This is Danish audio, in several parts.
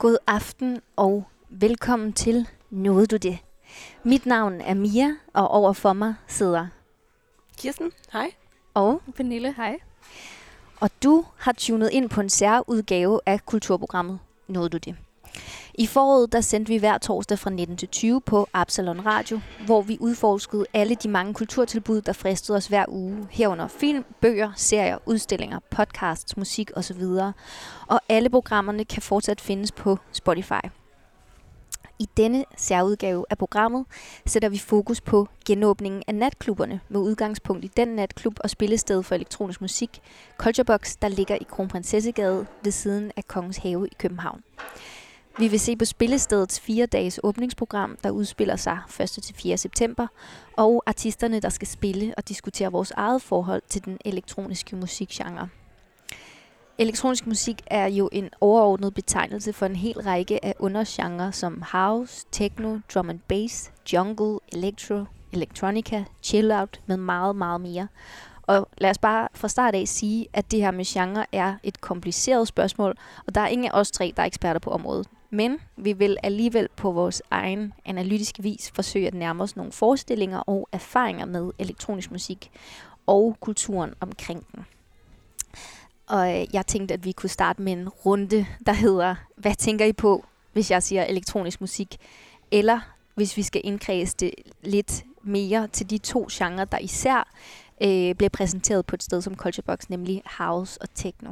God aften og velkommen til Nåede du det? Mit navn er Mia, og overfor mig sidder Kirsten, hej. Og Pernille, hej. Og du har tunet ind på en særudgave af kulturprogrammet Nåede du det? I foråret der sendte vi hver torsdag fra 19 til 20 på Absalon Radio, hvor vi udforskede alle de mange kulturtilbud, der fristede os hver uge, herunder film, bøger, serier, udstillinger, podcasts, musik osv. Og alle programmerne kan fortsat findes på Spotify. I denne særudgave af programmet sætter vi fokus på genåbningen af natklubberne med udgangspunkt i den natklub og spillested for elektronisk musik, Culturebox, der ligger i Kronprinsessegade ved siden af Kongens Have i København. Vi vil se på spillestedets 4-dages åbningsprogram, der udspiller sig 1. til 4. september, og artisterne, der skal spille og diskutere vores eget forhold til den elektroniske musikgenre. Elektronisk musik er jo en overordnet betegnelse for en hel række af undergenrer som house, techno, drum and bass, jungle, electro, electronica, chill out med meget, meget mere. Og lad os bare fra start af sige, at det her med genre er et kompliceret spørgsmål, og der er ingen af os tre, der er eksperter på området. Men vi vil alligevel på vores egen analytiske vis forsøge at nærme os nogle forestillinger og erfaringer med elektronisk musik og kulturen omkring den. Og jeg tænkte, at vi kunne starte med en runde, der hedder, hvad tænker I på, hvis jeg siger elektronisk musik? Eller hvis vi skal indkredse det lidt mere til de to genrer, der især bliver præsenteret på et sted som Culturebox, nemlig house og techno.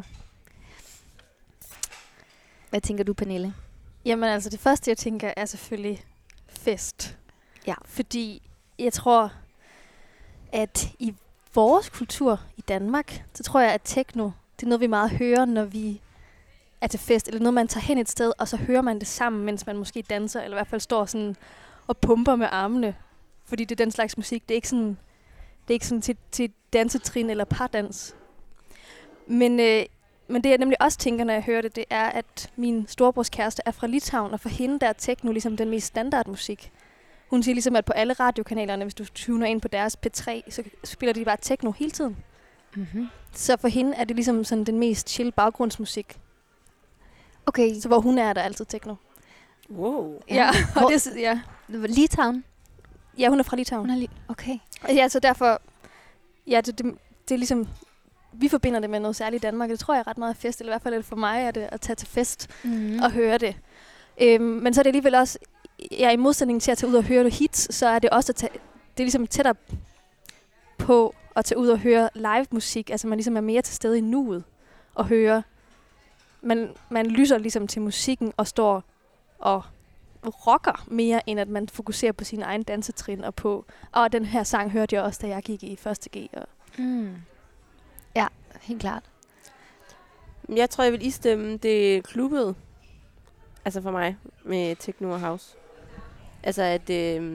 Hvad tænker du, Pernille? Jamen altså, det første, jeg tænker, er selvfølgelig fest. Ja. Fordi jeg tror, at i vores kultur i Danmark, så tror jeg, at techno, det er noget, vi meget hører, når vi er til fest. Eller noget, man tager hen et sted, og så hører man det sammen, mens man måske danser, eller i hvert fald står sådan og pumper med armene. Fordi det er den slags musik. Det er ikke sådan til dansetrin eller pardans. Men det, jeg nemlig også tænker, når jeg hører det, det er, at min storebrors kæreste er fra Litauen, og for hende der er techno ligesom den mest standardmusik. Hun siger ligesom, at på alle radiokanalerne, hvis du tuner ind på deres P3, så spiller de bare techno hele tiden. Mm-hmm. Så for hende er det ligesom sådan den mest chill baggrundsmusik. Okay. Så hvor hun er der altid techno. Wow. Ja, og det, ja. Litauen? Ja, hun er fra Litauen. Okay. Ja, så derfor, ja, det er ligesom, vi forbinder det med noget særligt i Danmark. Det tror jeg er ret meget fest, eller i hvert fald for mig er det at tage til fest og høre det. Men så er det alligevel også, ja, i modsætning til at tage ud og høre hits, så er det også det er ligesom tættere på at tage ud og høre live musik. Altså man ligesom er mere til stede i nuet og høre. Man lyser ligesom til musikken og står og rocker mere, end at man fokuserer på sin egen dansetrin og på, den her sang hørte jeg også, da jeg gik i 1. G. Ja, helt klart. Jeg tror, jeg vil istemme det klubbet. Altså for mig, med techno og house. Altså at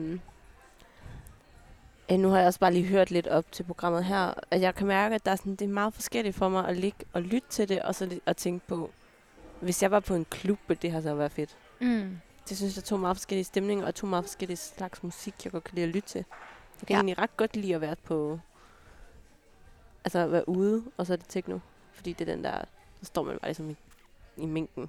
nu har jeg også bare lige hørt lidt op til programmet her, at jeg kan mærke, at det er meget forskelligt for mig at ligge og lytte til det, og så at tænke på, hvis jeg var på en klub, det har så været fedt. Det synes jeg er to meget forskellige stemninger, og to meget forskellige slags musik, jeg godt kan lide at lytte til. Jeg kan egentlig ret godt lide at være at være ude, og så er det techno. Fordi det er den der, så står man bare ligesom i mængden.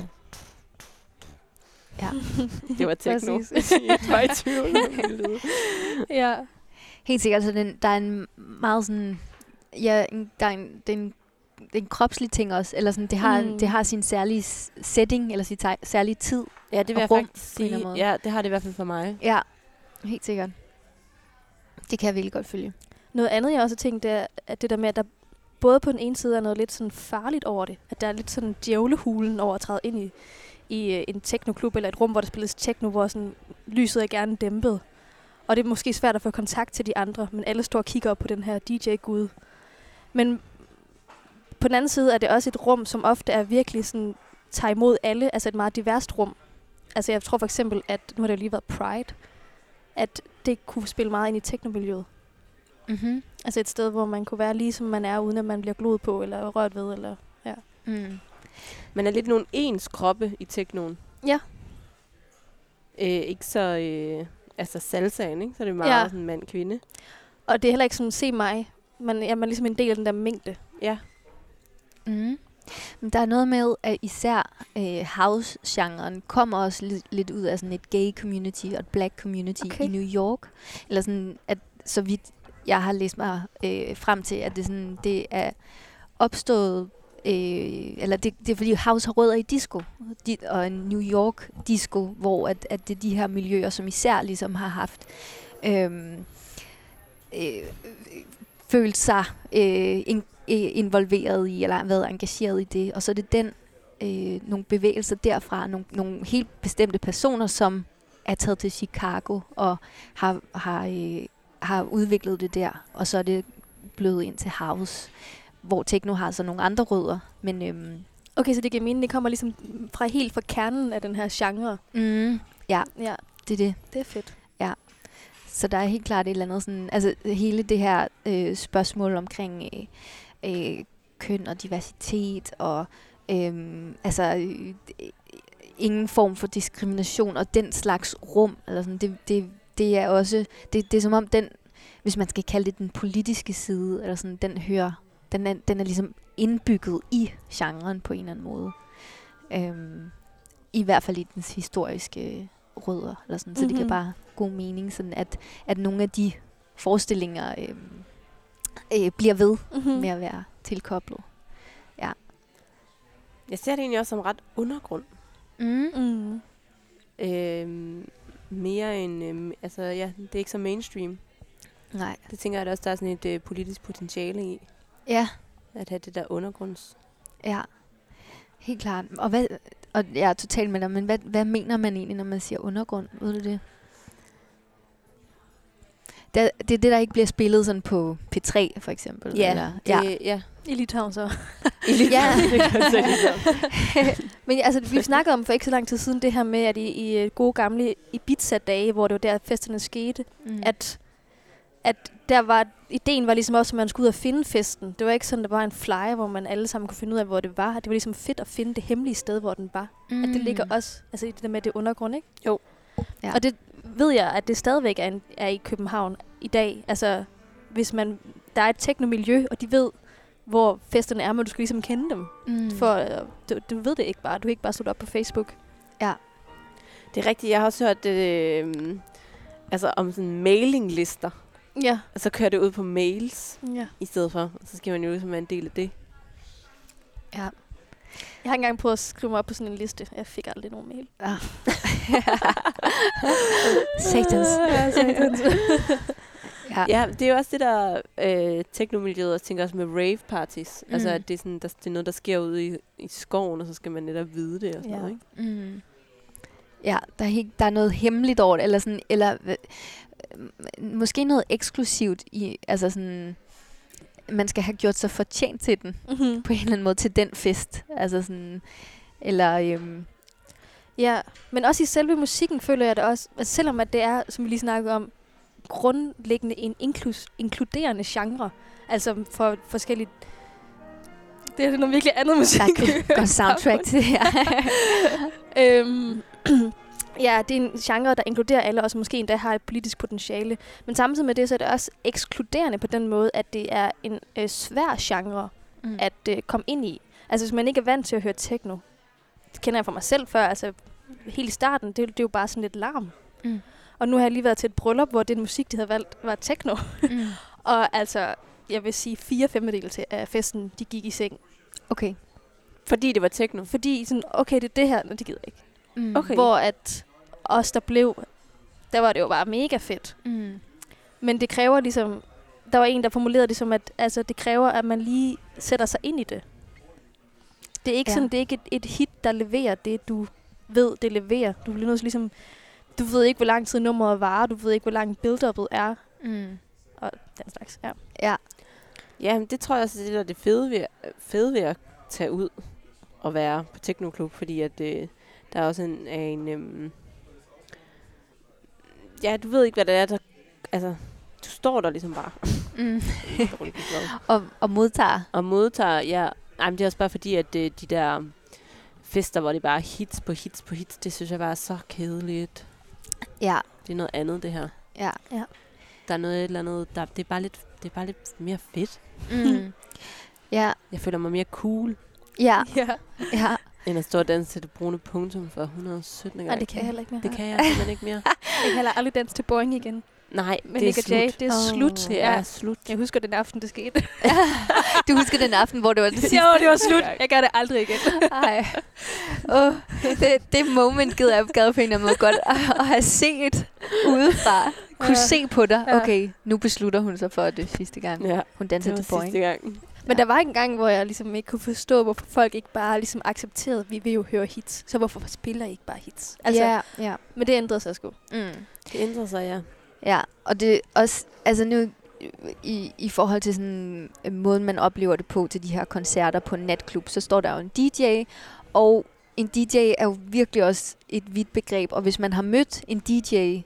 Ja. Det var techno. Jeg var i tvivl. Ja. Helt sikkert, så der er en meget sådan, ja, det er en kropslig ting også, eller sådan, det har sin særlige setting, eller sin særlige tid. Ja, det vil jeg faktisk sige. Ja, det har det i hvert fald for mig. Ja, helt sikkert. Det kan jeg virkelig godt følge. Noget andet, jeg også har tænkt, det er at det der med, at der både på den ene side er noget lidt sådan farligt over det. At der er lidt sådan djævlehulen over at træde ind i en teknoklub, eller et rum, hvor der spilles techno, hvor sådan lyset er gerne dæmpet. Og det er måske svært at få kontakt til de andre, men alle står og kigger op på den her DJ-gud. Men på den anden side er det også et rum, som ofte er virkelig sådan, tager imod alle, altså et meget diverst rum. Altså jeg tror for eksempel, at nu har det jo lige været Pride, at det kunne spille meget ind i teknomiljøet. Mm-hmm. Altså et sted, hvor man kunne være lige som man er, uden at man bliver gloet på, eller rørt ved, eller ja. Man er lidt nogle ens kroppe i teknoen. Ja. Ikke så, altså salsaen, ikke? Så er det meget sådan mand-kvinde. Og det er heller ikke sådan, se mig. Man er ligesom en del af den der mængde. Ja. Mm. Men der er noget med, at især house-genren kommer også lidt ud af sådan et gay community og et black community i New York. Eller sådan, at så vidt jeg har læst mig frem til, at det er opstået, eller det er fordi house har rødder i disco, og en New York disco, hvor at det er de her miljøer, som især ligesom har haft følt sig involveret i, eller været engageret i det. Og så er det nogle bevægelser derfra, nogle helt bestemte personer, som er taget til Chicago og har udviklet det der. Og så er det blevet ind til house, hvor techno har så nogle andre rødder. Men, okay, så det giver mening, det kommer ligesom helt fra kernen af den her genre. Ja, det er det. Det er fedt. Ja. Så der er helt klart et eller andet sådan, altså hele det her spørgsmål omkring køn og diversitet og ingen form for diskrimination og den slags rum, eller sådan, det er også det er som om den, hvis man skal kalde det den politiske side, eller sådan, den er ligesom indbygget i genren på en eller anden måde. I hvert fald i dens historiske rødder, eller sådan, så det kan bare god mening, sådan at nogle af de forestillinger bliver ved med at være tilkoblet. Ja. Jeg ser det egentlig også som ret undergrund. Mere end, det er ikke så mainstream. Nej. Det tænker jeg også, der er sådan et politisk potentiale i. Ja. At have det der undergrunds. Ja, helt klart. Og jeg er totalt med dig, men hvad mener man egentlig, når man siger undergrund? Ved du det? Det er det, der ikke bliver spillet sådan på P3, for eksempel. Ja, eller, ja. I Litauen så. I Litauen. Men altså, vi snakkede om for ikke så lang tid siden det her med, at i gode gamle Ibiza-dage, hvor det var der festerne skete, at der var, ideen var ligesom også, at man skulle ud og finde festen. Det var ikke sådan, der var en flyer, hvor man alle sammen kunne finde ud af, hvor det var. Det var ligesom fedt at finde det hemmelige sted, hvor den var. At det ligger også altså i det der med det undergrund, ikke? Jo. Ja. Og det ved jeg, at det stadigvæk er i København i dag. Altså, hvis der er et teknomiljø, og de ved, hvor festerne er, men du skal ligesom kende dem. For du ved det ikke bare. Du kan ikke bare slå det op på Facebook. Ja. Det er rigtigt. Jeg har også hørt om sådan mailinglister. Ja. Og så kører det ud på mails i stedet for. Og så skal man jo ligesom være en del af det. Ja. Jeg har engang prøvet at skrive mig op på sådan en liste. Jeg fik aldrig nogen mail. Ja. Satans. Ja, det er jo også det der teknomiljøet, jeg tænker også med rave parties. Altså, at det er, sådan, det er noget, der sker ude i skoven, og så skal man netop vide det og sådan noget, ikke? Ja, der er noget hemmeligt over det, eller måske noget eksklusivt i, altså sådan, man skal have gjort sig fortjent til den, på en eller anden måde, til den fest. Altså sådan, eller... Ja, men også i selve musikken føler jeg det også, altså selvom at det er, som vi lige snakkede om, grundlæggende en inkluderende genre, altså for forskellige... Det er noget virkelig andet musik. Der er soundtrack til det her. Ja, det er en genre, der inkluderer alle, og måske endda har et politisk potentiale. Men samtidig med det, så er det også ekskluderende på den måde, at det er en svær genre at komme ind i. Altså, hvis man ikke er vant til at høre techno, det kender jeg fra mig selv før, altså helt i starten, det er jo bare sådan lidt larm. Og nu har jeg lige været til et bryllup, hvor den musik, de havde valgt, var techno. Og altså, jeg vil sige 4/5 af festen, de gik i seng. Okay. Fordi det var techno? Fordi sådan, okay, det er det her, de gider ikke. Okay. Hvor at os, der var det jo bare mega fedt. Men det kræver ligesom, der var en, der formulerede det som, at altså, det kræver, at man lige sætter sig ind i det. Det er ikke sådan, det er ikke et hit, der leverer det, du ved, det leverer. Du bliver nødt til ligesom, du ved ikke, hvor lang tid nummeret varer, du ved ikke, hvor lang build-up'et er. Og den slags, Ja, men det tror jeg også, det er det fede ved at tage ud og være på teknoklub, fordi at der er også en du ved ikke, hvad det er, der, altså, du står der ligesom bare. og modtager. Og modtager, ja. Ej, men det er også bare fordi, at de der fester, hvor det bare er hits på hits på hits, det synes jeg bare er så kedeligt. Ja. Det er noget andet, det her. Ja. Der er noget et eller andet, det er bare lidt mere fedt. Ja. Jeg føler mig mere cool. Ja. Ja. Ja. End at stå og danse til det brune punktum for 117 gange. Nej, det kan jeg heller ikke mere. Det kan jeg simpelthen ikke mere. Jeg kan heller aldrig danse til Boing igen. Nej, Men Nick og Jay, det er slut. Det er slut. Jeg husker den aften, det skete. Du husker den aften, hvor det var det sidste? Jo, det var slut. Jeg gør det aldrig igen. Ej. Det moment gad jeg på en eller anden måde godt at have set udefra. Kunne se på dig. Okay, nu beslutter hun sig for, at det er sidste gang. Ja, Hun danser til Boing. Men der var en gang, hvor jeg ligesom ikke kunne forstå, hvorfor folk ikke bare ligesom accepterede, at vi vil jo høre hits. Så hvorfor spiller I ikke bare hits? Altså, ja. Men det ændrede sig sgu. Det ændrer sig, ja. Ja, og det også, altså nu i forhold til sådan måden, man oplever det på til de her koncerter på en natklub, så står der jo en DJ, og en DJ er jo virkelig også et vidt begreb, og hvis man har mødt en DJ i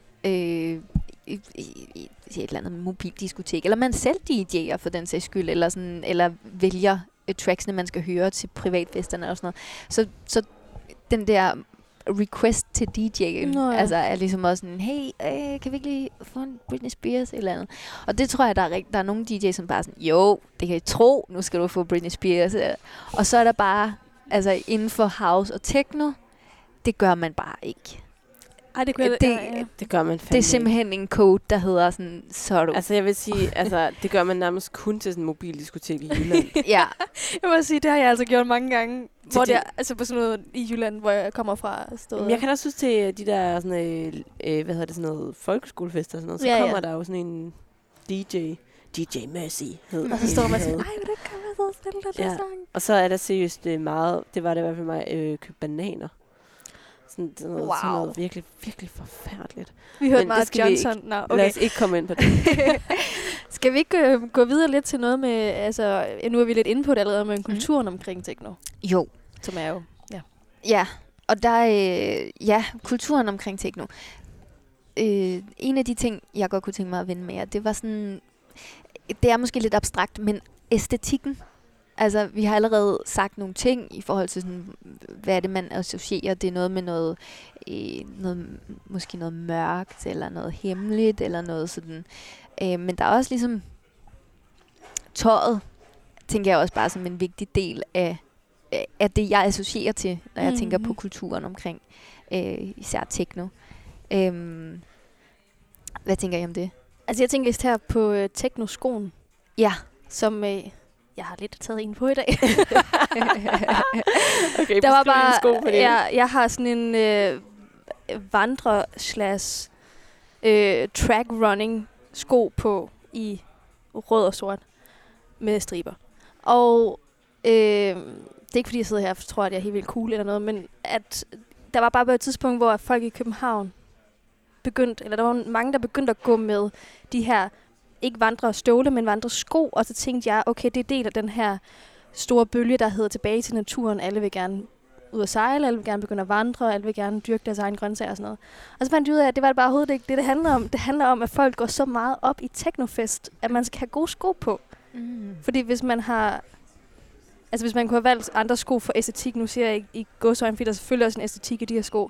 et eller andet mobildiskotek, eller man selv DJ'er for den sags skyld, eller vælger tracksene, man skal høre til privatfesterne og sådan noget, så den der request til DJ'en, altså er ligesom også sådan, hey, kan vi ikke lige få en Britney Spears eller andet? Og det tror jeg, der er nogle DJ'er, som bare sådan, jo, det kan I tro, nu skal du få Britney Spears. Og så er der bare, altså inden for house og techno, det gør man bare ikke. Ej, det gør man fandme. Det er simpelthen en code, der hedder sådan, så er du. Altså jeg vil sige, altså det gør man nærmest kun til sådan en mobildiskotek i Jylland. Ja. Jeg må sige, det har jeg altså gjort mange gange. Hvor det er, altså på sådan noget i Jylland, hvor jeg kommer fra. Jeg kan også synes til de der sådan, hvad hedder det, sådan noget folkeskolefester og sådan noget, så kommer der jo sådan en DJ Mercy. Og så står man sådan, ej, hvordan kan man så stille det sang? Og så er der seriøst meget, det var det i hvert fald mig, købe bananer. Sådan noget virkelig, virkelig forfærdeligt. Vi hørte meget Johnson. Lad os ikke komme ind på det. Skal vi ikke gå videre lidt til noget med, altså nu er vi lidt inde på det allerede, med kulturen omkring techno? Jo. Som er jo, Ja, og der er, kulturen omkring techno. En af de ting, jeg godt kunne tænke mig at vende med, det var sådan, det er måske lidt abstrakt, men æstetikken. Altså, vi har allerede sagt nogle ting i forhold til sådan, hvad er det, man associerer. Det er noget med noget måske noget mørkt, eller noget hemmeligt, eller noget sådan. Men der er også ligesom tøjet, tænker jeg også bare som en vigtig del af det, jeg associerer til, når jeg tænker på kulturen omkring især techno. Hvad tænker I om det? Altså, jeg tænker især på techno-skoen. Ja. Som jeg har lidt taget en på i dag. Okay, der var bare sko på det. Jeg har sådan en track running sko på i rød og sort med striber. Og det er ikke fordi jeg sidder her og tror, at jeg er helt vildt cool eller noget, men at der var bare på et tidspunkt, hvor folk i København der var mange, der begyndte at gå med de her ikke vandrestøvle, men vandresko, og så tænkte jeg, okay, det er del af den her store bølge, der hedder tilbage til naturen. Alle vil gerne ud at sejle, alle vil gerne begynde at vandre, alle vil gerne dyrke deres egen grøntsager og sådan noget. Og så fandt jeg ud af, at det var bare overhovedet ikke det handler om. Det handler om, at folk går så meget op i technofest, at man skal have gode sko på. Fordi hvis man kunne have valgt andre sko for æstetik, nu siger jeg ikke i godsøjne, fordi der er selvfølgelig også en æstetik i de her sko.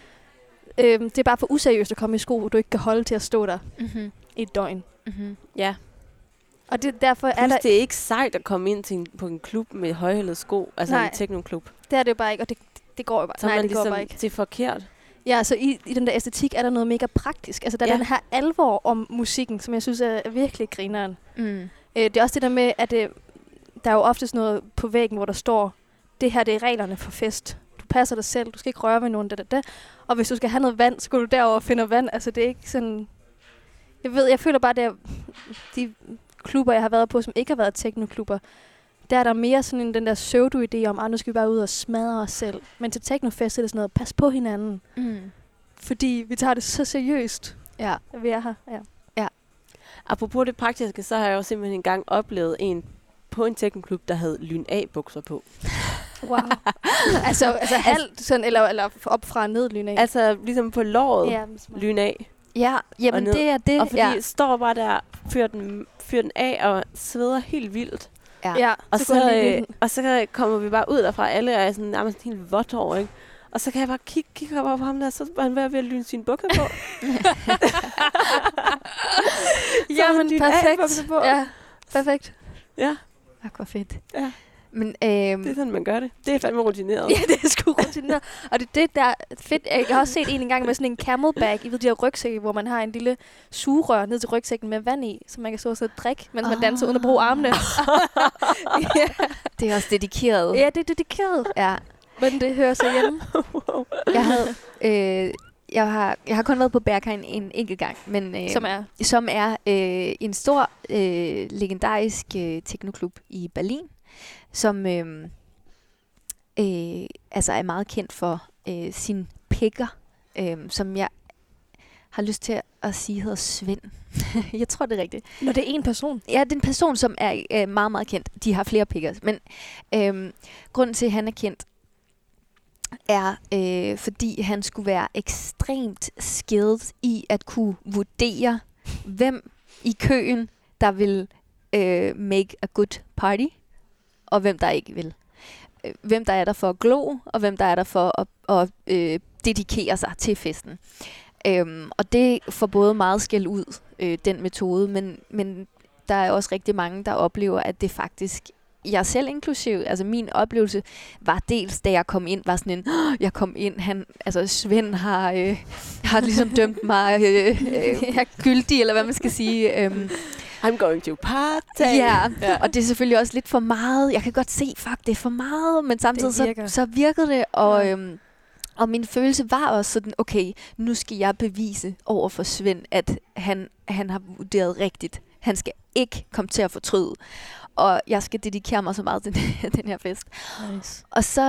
Det er bare for useriøst at komme i sko, hvor du ikke kan holde til at stå der i et døgn. Ja. Og derfor er der... det er ikke sejt at komme ind på en klub med højhælede sko, altså en technoklub. Det er det jo bare ikke, og det går jo bare. Så det går bare ikke. Det er forkert. Ja, så i den der æstetik er der noget mega praktisk. Altså der er den her alvor om musikken, som jeg synes er virkelig grineren. Det er også det der med, at der er jo oftest noget på væggen, hvor der står, det her det er reglerne for fest. Du passer dig selv, du skal ikke røre ved nogen, og hvis du skal have noget vand, så går du derover og finder vand. Altså det er ikke sådan... Jeg føler bare, at de klubber, jeg har været på, som ikke har været technoklubber, der er der mere sådan den der pseudo-idé om, nu skal vi bare ud og smadre os selv. Men til technofest er det sådan noget, pas på hinanden. Fordi vi tager det så seriøst, at vi er her. Ja. Apropos det praktiske, så har jeg jo simpelthen engang oplevet en på en technoklub, der havde Lyn A-bukser på. Wow. altså halvt sådan, eller op fra ned Lyn A? Altså ligesom på låret, Lyn A. Ja, jamen det er det. Og fordi jeg står bare der, fyrer den af og sveder helt vildt. Ja. Og så kommer vi bare ud derfra, alle er sådan nærmest helt vådt over, ikke? Og så kan jeg bare kigge over på ham der, så er han ved at lyne sine bukser på. Jamen, perfekt. På. Ja, perfekt. Ja. Hvor fedt. Ja. Men, det er sådan, man gør det. Det er fandme rutineret. Ja, det er sgu rutineret. Og det der er fedt. Jeg har også set en gang med sådan en camelback. I ved, de her rygsække, hvor man har en lille sugerør ned til rygsækken med vand i, så man kan stå og drikke, mens man danser uden at bruge armene. Ja. Det er også dedikeret. Ja, det er dedikeret. Ja. Men det hører sig hjemme. Jeg har kun været på Berghain en enkelt gang, men som er en stor legendarisk teknoklub i Berlin, som altså er meget kendt for sin picker, som jeg har lyst til at sige hedder Svend. Jeg tror, det er rigtigt. Når det er en person? Ja, det er en person, som er meget, meget kendt. De har flere pickers, men grunden til, at han er kendt, er fordi han skulle være ekstremt skilled i at kunne vurdere, hvem i køen, der vil make a good party, og hvem der ikke vil. Hvem der er der for at glo, og hvem der er der for at dedikere sig til festen. Og det får både meget skæld ud, den metode, men der er også rigtig mange, der oplever, at det faktisk, jeg selv inklusiv, altså min oplevelse var dels, da jeg kom ind, var sådan en, jeg kom ind, Svend har ligesom dømt mig gyldig, eller hvad man skal sige. I'm going to party. Ja, og det er selvfølgelig også lidt for meget. Jeg kan godt se, fuck, det er for meget, men samtidig så virkede det, og min følelse var også sådan, okay, nu skal jeg bevise over for Svend, at han har vurderet rigtigt. Han skal ikke komme til at fortryde. Og jeg skal dedikere mig så meget til den her fest. Nice. Og så,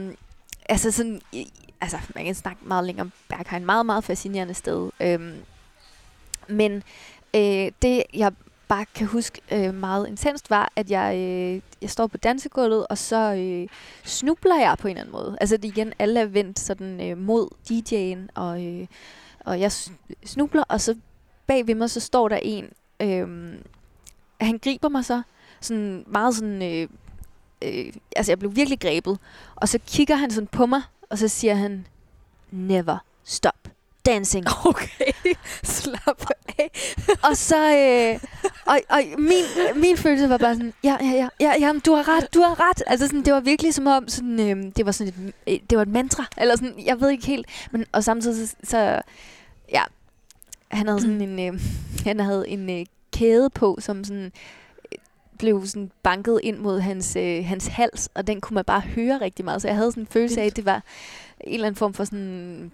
man kan snakke meget længere om Berghain. Meget, meget fascinerende sted. Men det, jeg bare kan huske meget intenst, var, at jeg står på dansegulvet, og så snubler jeg på en eller anden måde. Altså det igen, alle er vendt sådan mod DJ'en, og jeg snubler, og så bag ved mig, så står der en, han griber mig så, sådan meget sådan, jeg blev virkelig grebet, og så kigger han sådan på mig, og så siger han, never stop dancing. Okay, slap af. Og så, og min følelse var bare sådan, ja, du har ret. Altså sådan, det var virkelig som om, sådan, det var sådan det var et mantra, eller sådan, jeg ved ikke helt, men og samtidig så ja, han havde sådan en kæde på, som sådan blev sådan banket ind mod hans hals, og den kunne man bare høre rigtig meget. Så jeg havde sådan en følelse af, at det var en eller anden form for sådan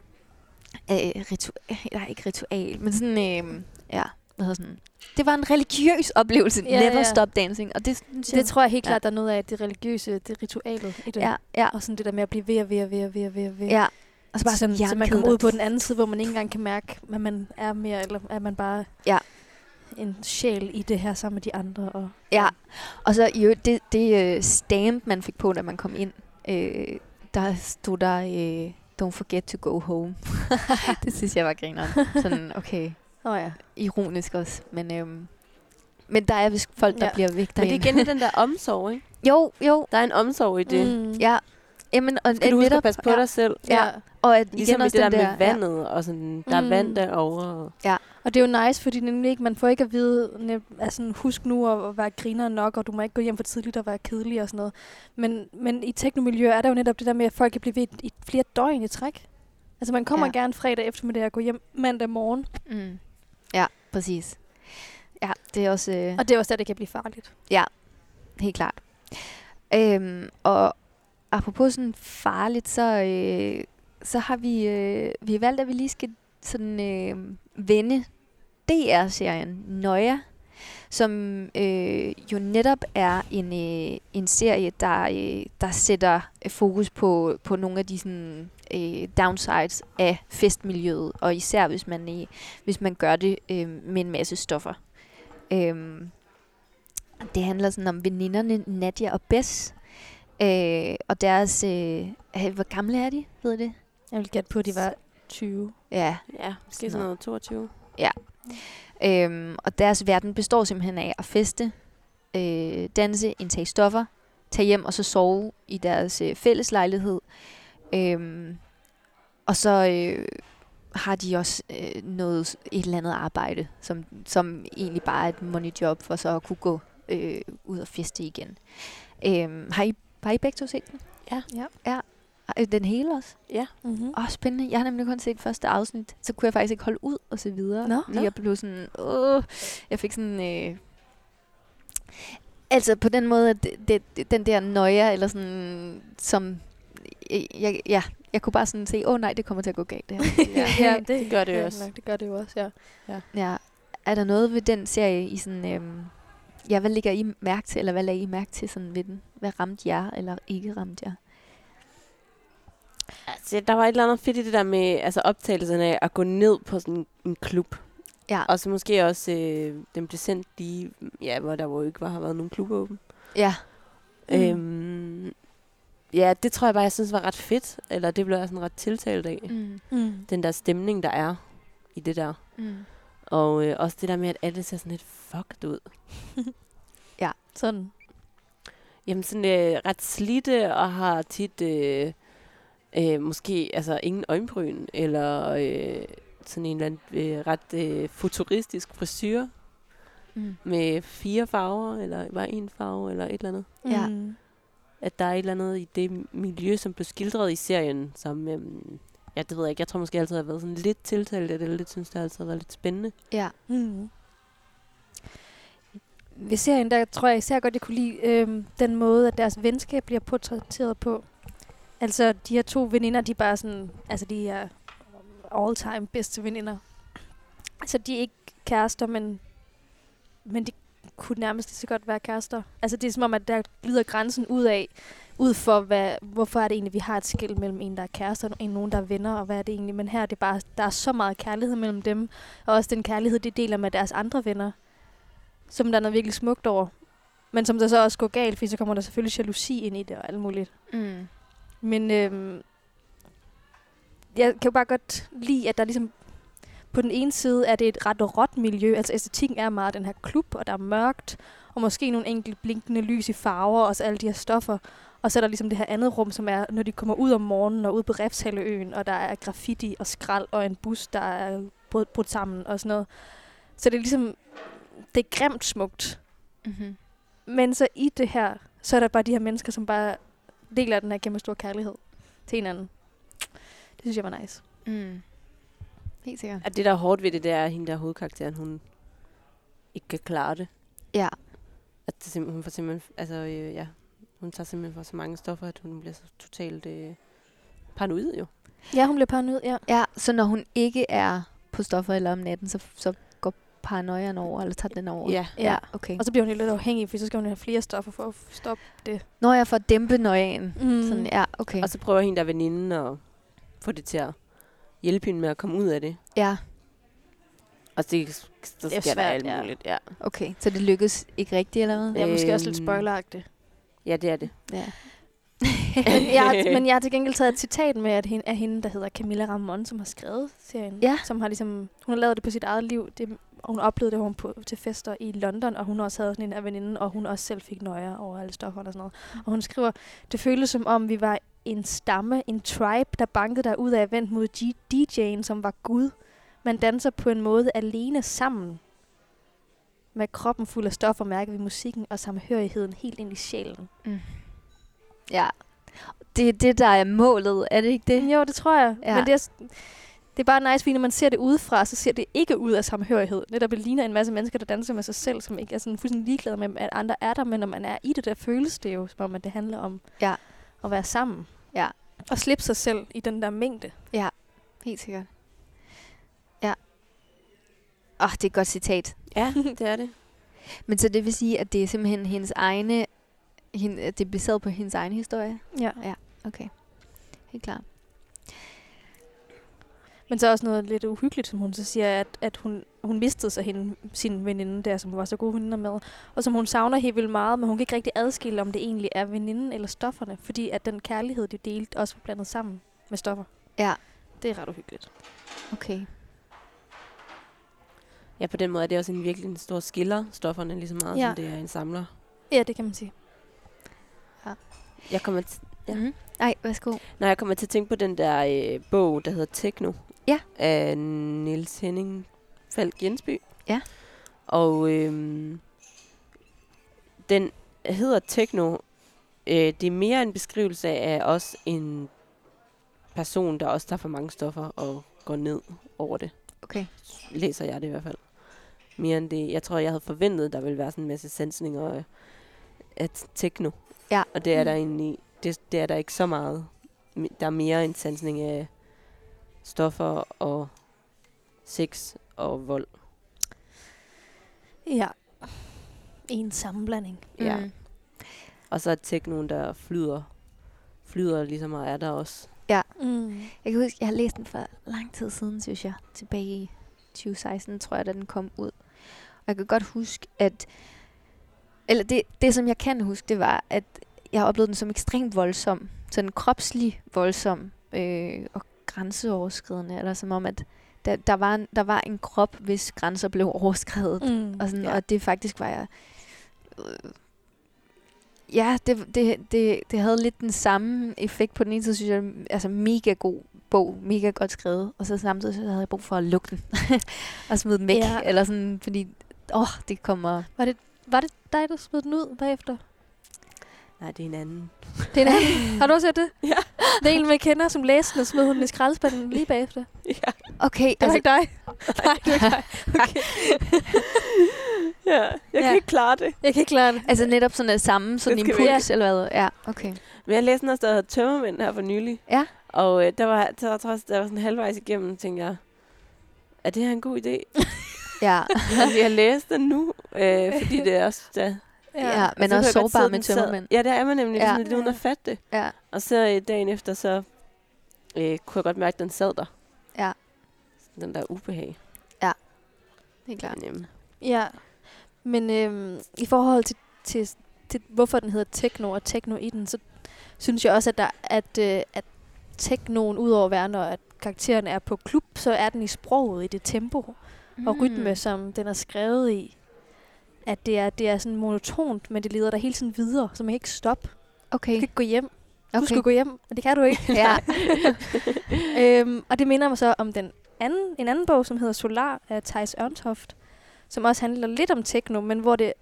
ikke ritual, men sådan det var en religiøs oplevelse. Never stop dancing, og det tror jeg helt klart, der er noget af det religiøse, det ritualet i det. Ja. Og sådan det der med at blive ved. Ja. Og så bare sådan, så man kommer ud på den anden side, hvor man ikke engang kan mærke, hvad man er mere, eller er man bare en sjæl i det her sammen med de andre. Og og så det stamp, man fik på, da man kom ind, der stod der, don't forget to go home. Det synes jeg var grineren. Sådan, okay. Ironisk også. Men der er vist folk, der bliver væk derinde. Men det er igen den der omsorg, ikke? Jo. Der er en omsorg i det. Ja. Jamen, og skal du huske at passe på dig selv. Ja. Og at ligesom igen også det der med vandet, og sådan, der er vand derovre. Ja. Og det er jo nice, fordi nemlig ikke, man får ikke at vide, altså, husk nu at være griner nok, og du må ikke gå hjem for tidligt og være kedelig og sådan noget. Men i teknomiljø er der jo netop det der med, at folk kan blive ved i flere døgn i træk. Altså man kommer gerne fredag eftermiddag og går hjem mandag morgen. Mm. Ja, præcis. Ja, det er også... Og det er også der, det kan blive farligt. Ja, helt klart. Og apropos sådan farligt, så har vi valgt, at vi lige skal sådan vende DR-serien Noia, som jo netop er en serie, der sætter fokus på nogle af de sådan, downsides af festmiljøet, og især hvis man gør det med en masse stoffer. Det handler sådan om veninderne Nadia og Bess, og deres... hvor gamle er de, ved det? Jeg vil gætte på, at de var 20. Ja, måske sådan noget 22. Ja. Og deres verden består simpelthen af at feste, danse, indtage stoffer, tage hjem og så sove i deres fælles lejlighed. Og så har de også et eller andet arbejde, som egentlig bare er et money job, for så at kunne gå ud og feste igen. Har I begge to set den? Ja. Den hele også? Ja. Mm-hmm. Spændende. Jeg har nemlig kun set første afsnit, så kunne jeg faktisk ikke holde ud og så videre. Nå. Jeg blev sådan, jeg fik sådan, altså på den måde, at den der nøje, eller sådan, som, jeg kunne bare sådan se, nej, det kommer til at gå galt det her. Ja, det gør det jo også. Det gør det jo også, Ja. Er der noget ved den serie i sådan, hvad lægger I mærke til, eller hvad lagde I mærke til sådan ved den? Hvad ramte jer, eller ikke ramte jer? Altså, der var et eller andet fedt i det der med altså optagelserne af at gå ned på sådan en klub. Ja. Og så måske også, den blev sendt lige, hvor der jo ikke har været nogen klub åben. Ja. Ja, det tror jeg bare, jeg synes var ret fedt. Eller det blev jeg sådan ret tiltalt af. Den der stemning, der er i det der. Og også det der med, at alle ser sådan lidt fucked ud. Ja. Sådan. Jamen sådan ret slidte og har tit måske altså ingen øjenbryn. Eller sådan en eller anden ret futuristisk frisyr. Med 4 farver, eller bare 1 farve, eller et eller andet. Ja. At der er et eller andet i det miljø, som blev skildret i serien, som, det ved jeg ikke, jeg tror måske altid har været sådan lidt tiltalt, eller lidt synes, det altid har været lidt spændende. Ja. Ved serien, der tror jeg især godt, jeg kunne lide den måde, at deres venskab bliver portrætteret på. Altså, de her 2 veninder, de er bare sådan, altså de er all-time bedste veninder. Altså, de er ikke kærester, men de kunne nærmest lige så godt være kærester. Altså, det er som om, at der glider grænsen ud for, hvorfor er det egentlig, vi har et skel mellem en, der er kærester, og nogen, der er venner, og hvad er det egentlig. Men her er det bare, der er så meget kærlighed mellem dem, og også den kærlighed, de deler med deres andre venner, som der er noget virkelig smukt over. Men som der så også går galt, fordi så kommer der selvfølgelig jalousi ind i det, og alt muligt. Men jeg kan jo bare godt lide, at der ligesom på den ene side er det et ret råt miljø. Altså æstetikken er meget den her klub, og der er mørkt, og måske nogle enkelte blinkende lys i farver, og så alle de her stoffer. Og så er der ligesom det her andet rum, som er, når de kommer ud om morgenen og ud på Refshaleøen, og der er graffiti og skrald og en bus, der er brudt sammen og sådan noget. Så det er ligesom, det er grimt smukt. Mm-hmm. Men så i det her, så er der bare de her mennesker, som bare deler den her kæmpe store kærlighed til hinanden. Det synes jeg var nice. Helt sikkert. At det, der er hårdt ved det, det er, at hende der hovedkarakteren, hun ikke kan klare det. Ja. At det hun får simpelthen, altså hun tager simpelthen for så mange stoffer, at hun bliver så totalt paranoid jo. Ja, hun bliver paranoid, ja. Ja, så når hun ikke er på stoffer eller om natten, så går paranoiaen over, eller tager den over? Ja. Okay. Og så bliver hun lidt afhængig, for så skal hun have flere stoffer for at stoppe det. Når jeg får dæmpe nøjen. Sådan, ja, okay. Og så prøver hende der veninde at få det til at hjælpe hende med at komme ud af det. Ja. Og så sker der alt muligt, ja. Okay, så det lykkes ikke rigtigt, eller hvad? Ja, måske også lidt spoileragtigt. Ja, det er det. Ja. men jeg har til gengæld taget et citat med af hende, der hedder Camilla Ramon, som har skrevet serien. Ja. Som har ligesom, hun har lavet det på sit eget liv. Og hun oplevede det, hun til fester i London, og hun også havde sådan en af veninden, og hun også selv fik nøjer over alle stofferne og sådan noget. Og hun skriver, det føltes som om, vi var en stamme, en tribe, der bankede der ud af vendt mod DJ'en, som var Gud. Man danser på en måde alene sammen. Med kroppen fuld af stoffer mærker vi musikken og samhørigheden helt ind i sjælen. Ja. Det er det, der er målet, er det ikke det? Jo, det tror jeg. Ja. Men det er bare nice, fordi når man ser det udefra, så ser det ikke ud af samhørighed. Netop det ligner en masse mennesker, der danser med sig selv, som ikke er sådan fuldstændig ligeglade med, at andre er der. Men når man er i det, der føles det jo, som om at det handler om at være sammen. Ja. Og slippe sig selv i den der mængde. Ja, helt sikkert. Ja. Det er et godt citat. Ja, det er det. Men så det vil sige, at det er simpelthen hendes egne... det er baseret på hendes egen historie? Ja. Ja, okay. Helt klart. Men så også noget lidt uhyggeligt, som hun så siger, at hun mistede sig sin veninde der, som hun var så gode veninder med. Og som hun savner helt vildt meget, men hun kan ikke rigtig adskille, om det egentlig er veninden eller stofferne. Fordi at den kærlighed, de delte, også var blandet sammen med stoffer. Ja. Det er ret uhyggeligt. Okay. Ja, på den måde er det også virkelig en stor skiller, stofferne, lige så meget, som det er en samler. Ja, det kan man sige. Ja. Jeg kommer til... Ja. Mm-hmm. Ej, værsgo. Når jeg kommer til at tænke på den der bog, der hedder Techno. Ja. Af Niels Henning Falk Jensby. Ja. Og den hedder Techno, det er mere en beskrivelse af også en person, der også tager for mange stoffer og går ned over det. Okay. Læser jeg det i hvert fald. Mere end det. Jeg tror, jeg havde forventet, der ville være sådan en masse sansninger af techno. Ja. Og det er der egentlig, det er der ikke så meget. Der er mere en sansning af stoffer og sex og vold. Ja. En sammenblanding. Ja. Og så er technoen, der flyder ligesom og er der også. Ja. Jeg kan huske, jeg har læst den for lang tid siden, synes jeg. Tilbage i 2016, tror jeg, da den kom ud. Og jeg kan godt huske, at... Eller det som jeg kan huske, det var, at jeg har oplevet den som ekstremt voldsom. Sådan kropslig voldsom og grænseoverskridende. Eller som om, at der var en krop, hvis grænser blev overskredet. Og, sådan, og det faktisk var jeg... Ja, det havde lidt den samme effekt. På den ene side, synes jeg, altså mega god bog, mega godt skrevet. Og så samtidig så havde jeg brug for at lukke den. og smide den væk. Ja. Eller sådan, fordi, det kommer... Var det dig, der smed den ud bagefter? Nej, det er en anden. Det er en anden. Har du også set det? Ja. Det er en, jeg kender, som læste den og smed den i skraldespanden lige bagefter. Ja. Okay. Det var ikke dig? Nej, det var ikke dig. Okay. Ja, jeg kan ikke klare det. Jeg kan ikke klare det. Altså netop sådan det samme, sådan en impuls eller hvad? Ja, okay. Men jeg læste noget, der hedder Tømmermænd her for nylig. Ja. Og der var sådan halvvejs igennem, tænkte jeg, er det her en god idé? Ja. Vi har læst den nu, fordi det er også... Ja, men også sårbar med tømmermænd. Ja, det er man nemlig, sådan lidt uden at fatte det. Ja. Og så dagen efter, så kunne jeg godt mærke, at den sad der. Ja. Den der ubehag. Ja, det er klart. Ja, men i forhold til hvorfor den hedder techno og techno i den, så synes jeg også, at technoen, udover at være, når at karakteren er på klub, så er den i sproget, i det tempo og rytme, som den er skrevet i. At det er sådan monotont, men det leder dig hele tiden videre, så man kan ikke stoppe. Okay. Du kan ikke gå hjem. Okay. Du skal gå hjem, og det kan du ikke. Ja. Og det minder mig så om en anden bog, som hedder Solar af Theis Ørntoft, som også handler lidt om techno, men hvor det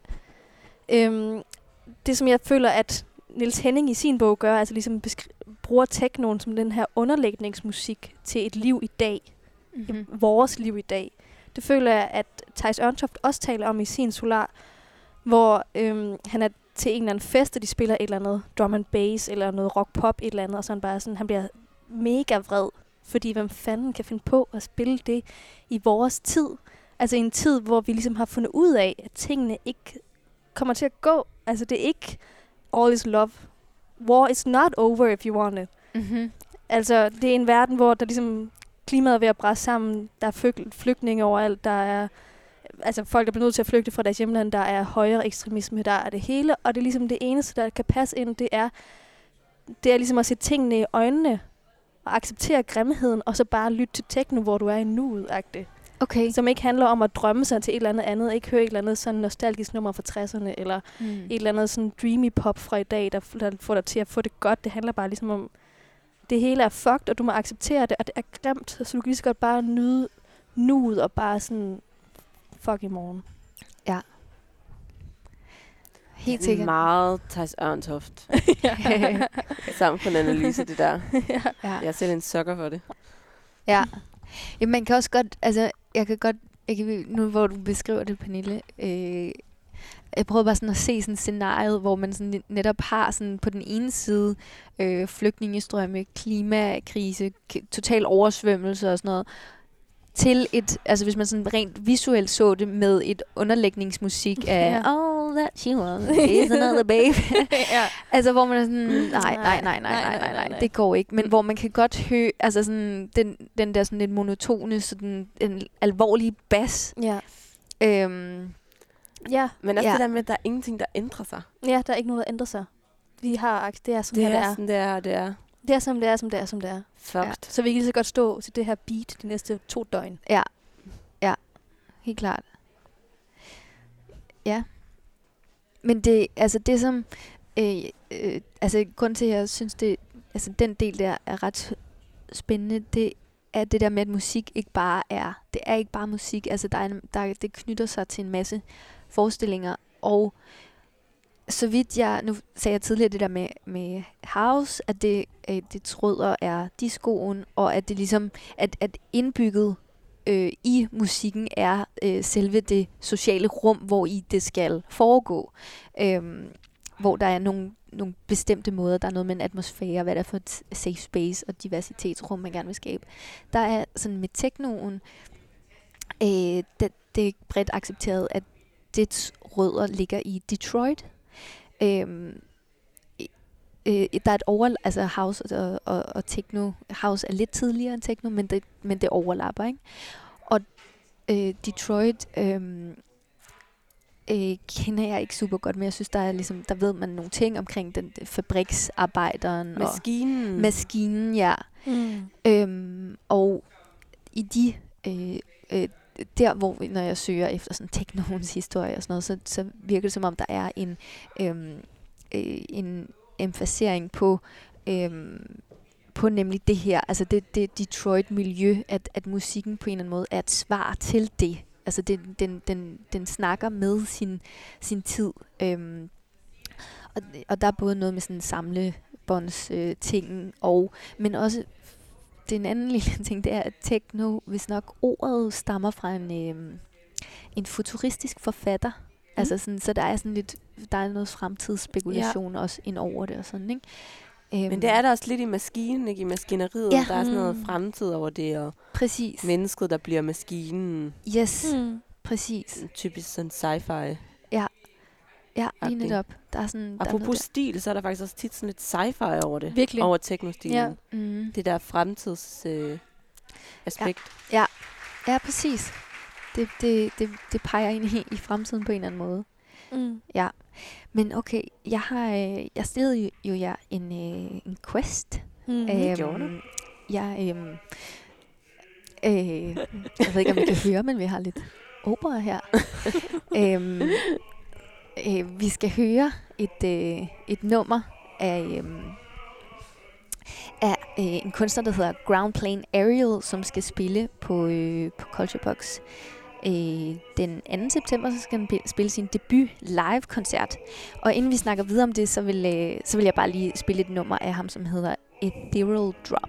som jeg føler, at Niels Henning i sin bog gør, altså ligesom bruger technoen som den her underlægningsmusik til et liv i dag. Vores liv i dag. Det føler jeg, at Theis Ørntoft også taler om i sin Solar, hvor han er til en eller anden fest, og de spiller et eller andet drum and bass, eller noget rock-pop, et eller andet, og så han bliver mega vred, fordi hvem fanden kan finde på at spille det i vores tid? Altså en tid, hvor vi ligesom har fundet ud af, at tingene ikke kommer til at gå. Altså det er ikke all is love. War is not over if you want it. Altså det er en verden, hvor der ligesom klimaet er ved at bræse sammen. Der er flygtninge overalt. Der er folk, der bliver nødt til at flygte fra deres hjemland. Der er højere ekstremisme. Der er det hele. Og det er ligesom det eneste, der kan passe ind. Det er ligesom at se tingene i øjnene. Og acceptere grimheden. Og så bare lytte til techno, hvor du er i nuet-agtigt. Okay. Som ikke handler om at drømme sig til et eller andet. Ikke høre et eller andet sådan nostalgisk nummer fra 60'erne. Eller et eller andet sådan dreamy pop fra i dag, der får dig til at få det godt. Det handler bare ligesom om, det hele er fucked, og du må acceptere det, og det er grimt. Så du kan lige så godt bare nyde nuet og bare sådan, fuck i morgen. Ja. Helt sikkert. Meget Theis Ørntoft. Sammen på en analyse, det der. Ja. Jeg er selv en sukker for det. Ja. Jamen, man kan også godt, altså, nu hvor du beskriver det, Pernille, jeg prøver bare sådan at se sådan et scenarie, hvor man sådan netop har sådan på den ene side flygtningestrømme, klimakrise, total oversvømmelse og sådan noget, til altså hvis man sådan rent visuelt så det med et underlægningsmusik af all that she was is another baby. Altså hvor man er sådan, nej, det går ikke. Men hvor man kan godt høre, altså sådan den der sådan lidt monotone, sådan en alvorlig bas. Ja. Ja, men også det der med, at der er ingenting, der ændrer sig. Ja, der er ikke noget, der ændrer sig. Det er som det er. Sådan, det er. Det er som det er. Fucked. Ja. Så vi kan lige så godt stå til det her beat de næste 2 døgn. Ja, helt klart. Ja. Men det som, grund til, at jeg synes, den del der er ret spændende, det er det der med, at musik ikke bare er, det er ikke bare musik, altså det knytter sig til en masse forestillinger, og så vidt nu sagde jeg tidligere det der med house, at det rødder er discoen, og at det ligesom, at indbygget i musikken er selve det sociale rum, hvor i det skal foregå. Hvor der er nogle bestemte måder, der er noget med en atmosfære, hvad der er for et safe space og diversitetsrum, man gerne vil skabe. Der er sådan med technoen, det er bredt accepteret, at dets rødder ligger i Detroit. Der er et altså house og techno. House er lidt tidligere end techno, men det overlapper, ikke? Og Detroit kender jeg ikke super godt, men jeg synes, der ved man nogle ting omkring den fabriksarbejderen. Maskinen, ja. Og i de der, hvor når jeg søger efter sådan technoens historie og sådan noget, så virker det som om, der er en emfasering på nemlig det her, altså det Detroit-miljø, at musikken på en eller anden måde er et svar til det. Altså den snakker med sin tid. Og der er både noget med sådan samlebåndstingen, men også den anden lille ting, det er, at techno, hvis nok ordet stammer fra en futuristisk forfatter. Altså sådan, så der er noget fremtidsspekulation også ind over det og sådan, ikke? Men det er der også lidt i maskinen, ikke? I maskineriet. Ja. Der er sådan noget fremtid over det, og præcis. Mennesket, der bliver maskinen. Yes, præcis. Typisk sådan sci-fi. Ja, lige netop. Der er sådan, apropos stil, så er der faktisk også tit sådan lidt sci-fi over det. Virkelig. Over techno-stilen. Ja. Det der fremtids aspekt. Ja, præcis. Det peger ind i fremtiden på en eller anden måde. Ja. Men okay, jeg stillede jo jer en quest. Gjorde du? Jeg ved ikke, om I kan høre, men vi har lidt opera her. Vi skal høre et nummer af en kunstner, der hedder Ground Plane Ariel, som skal spille på Culture Box. Den 2. september, så skal han spille sin debut live-koncert. Og inden vi snakker videre om det, så vil jeg bare lige spille et nummer af ham, som hedder Ethereal Drop.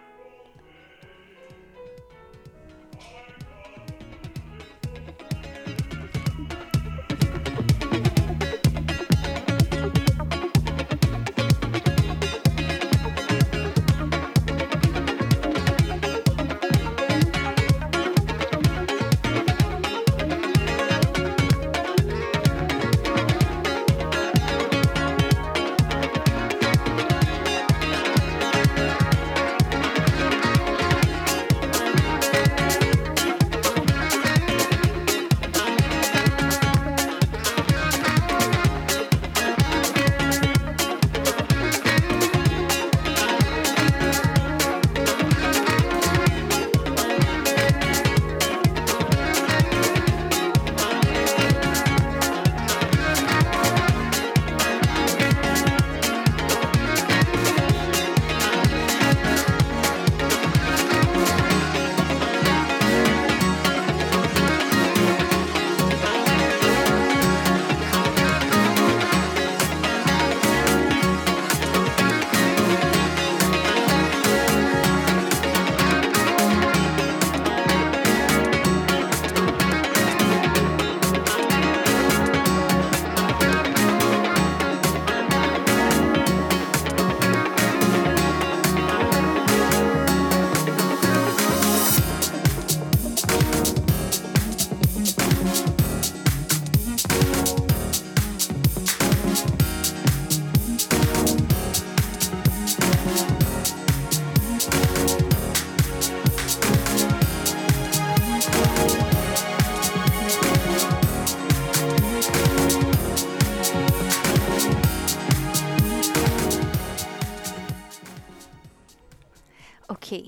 Okay.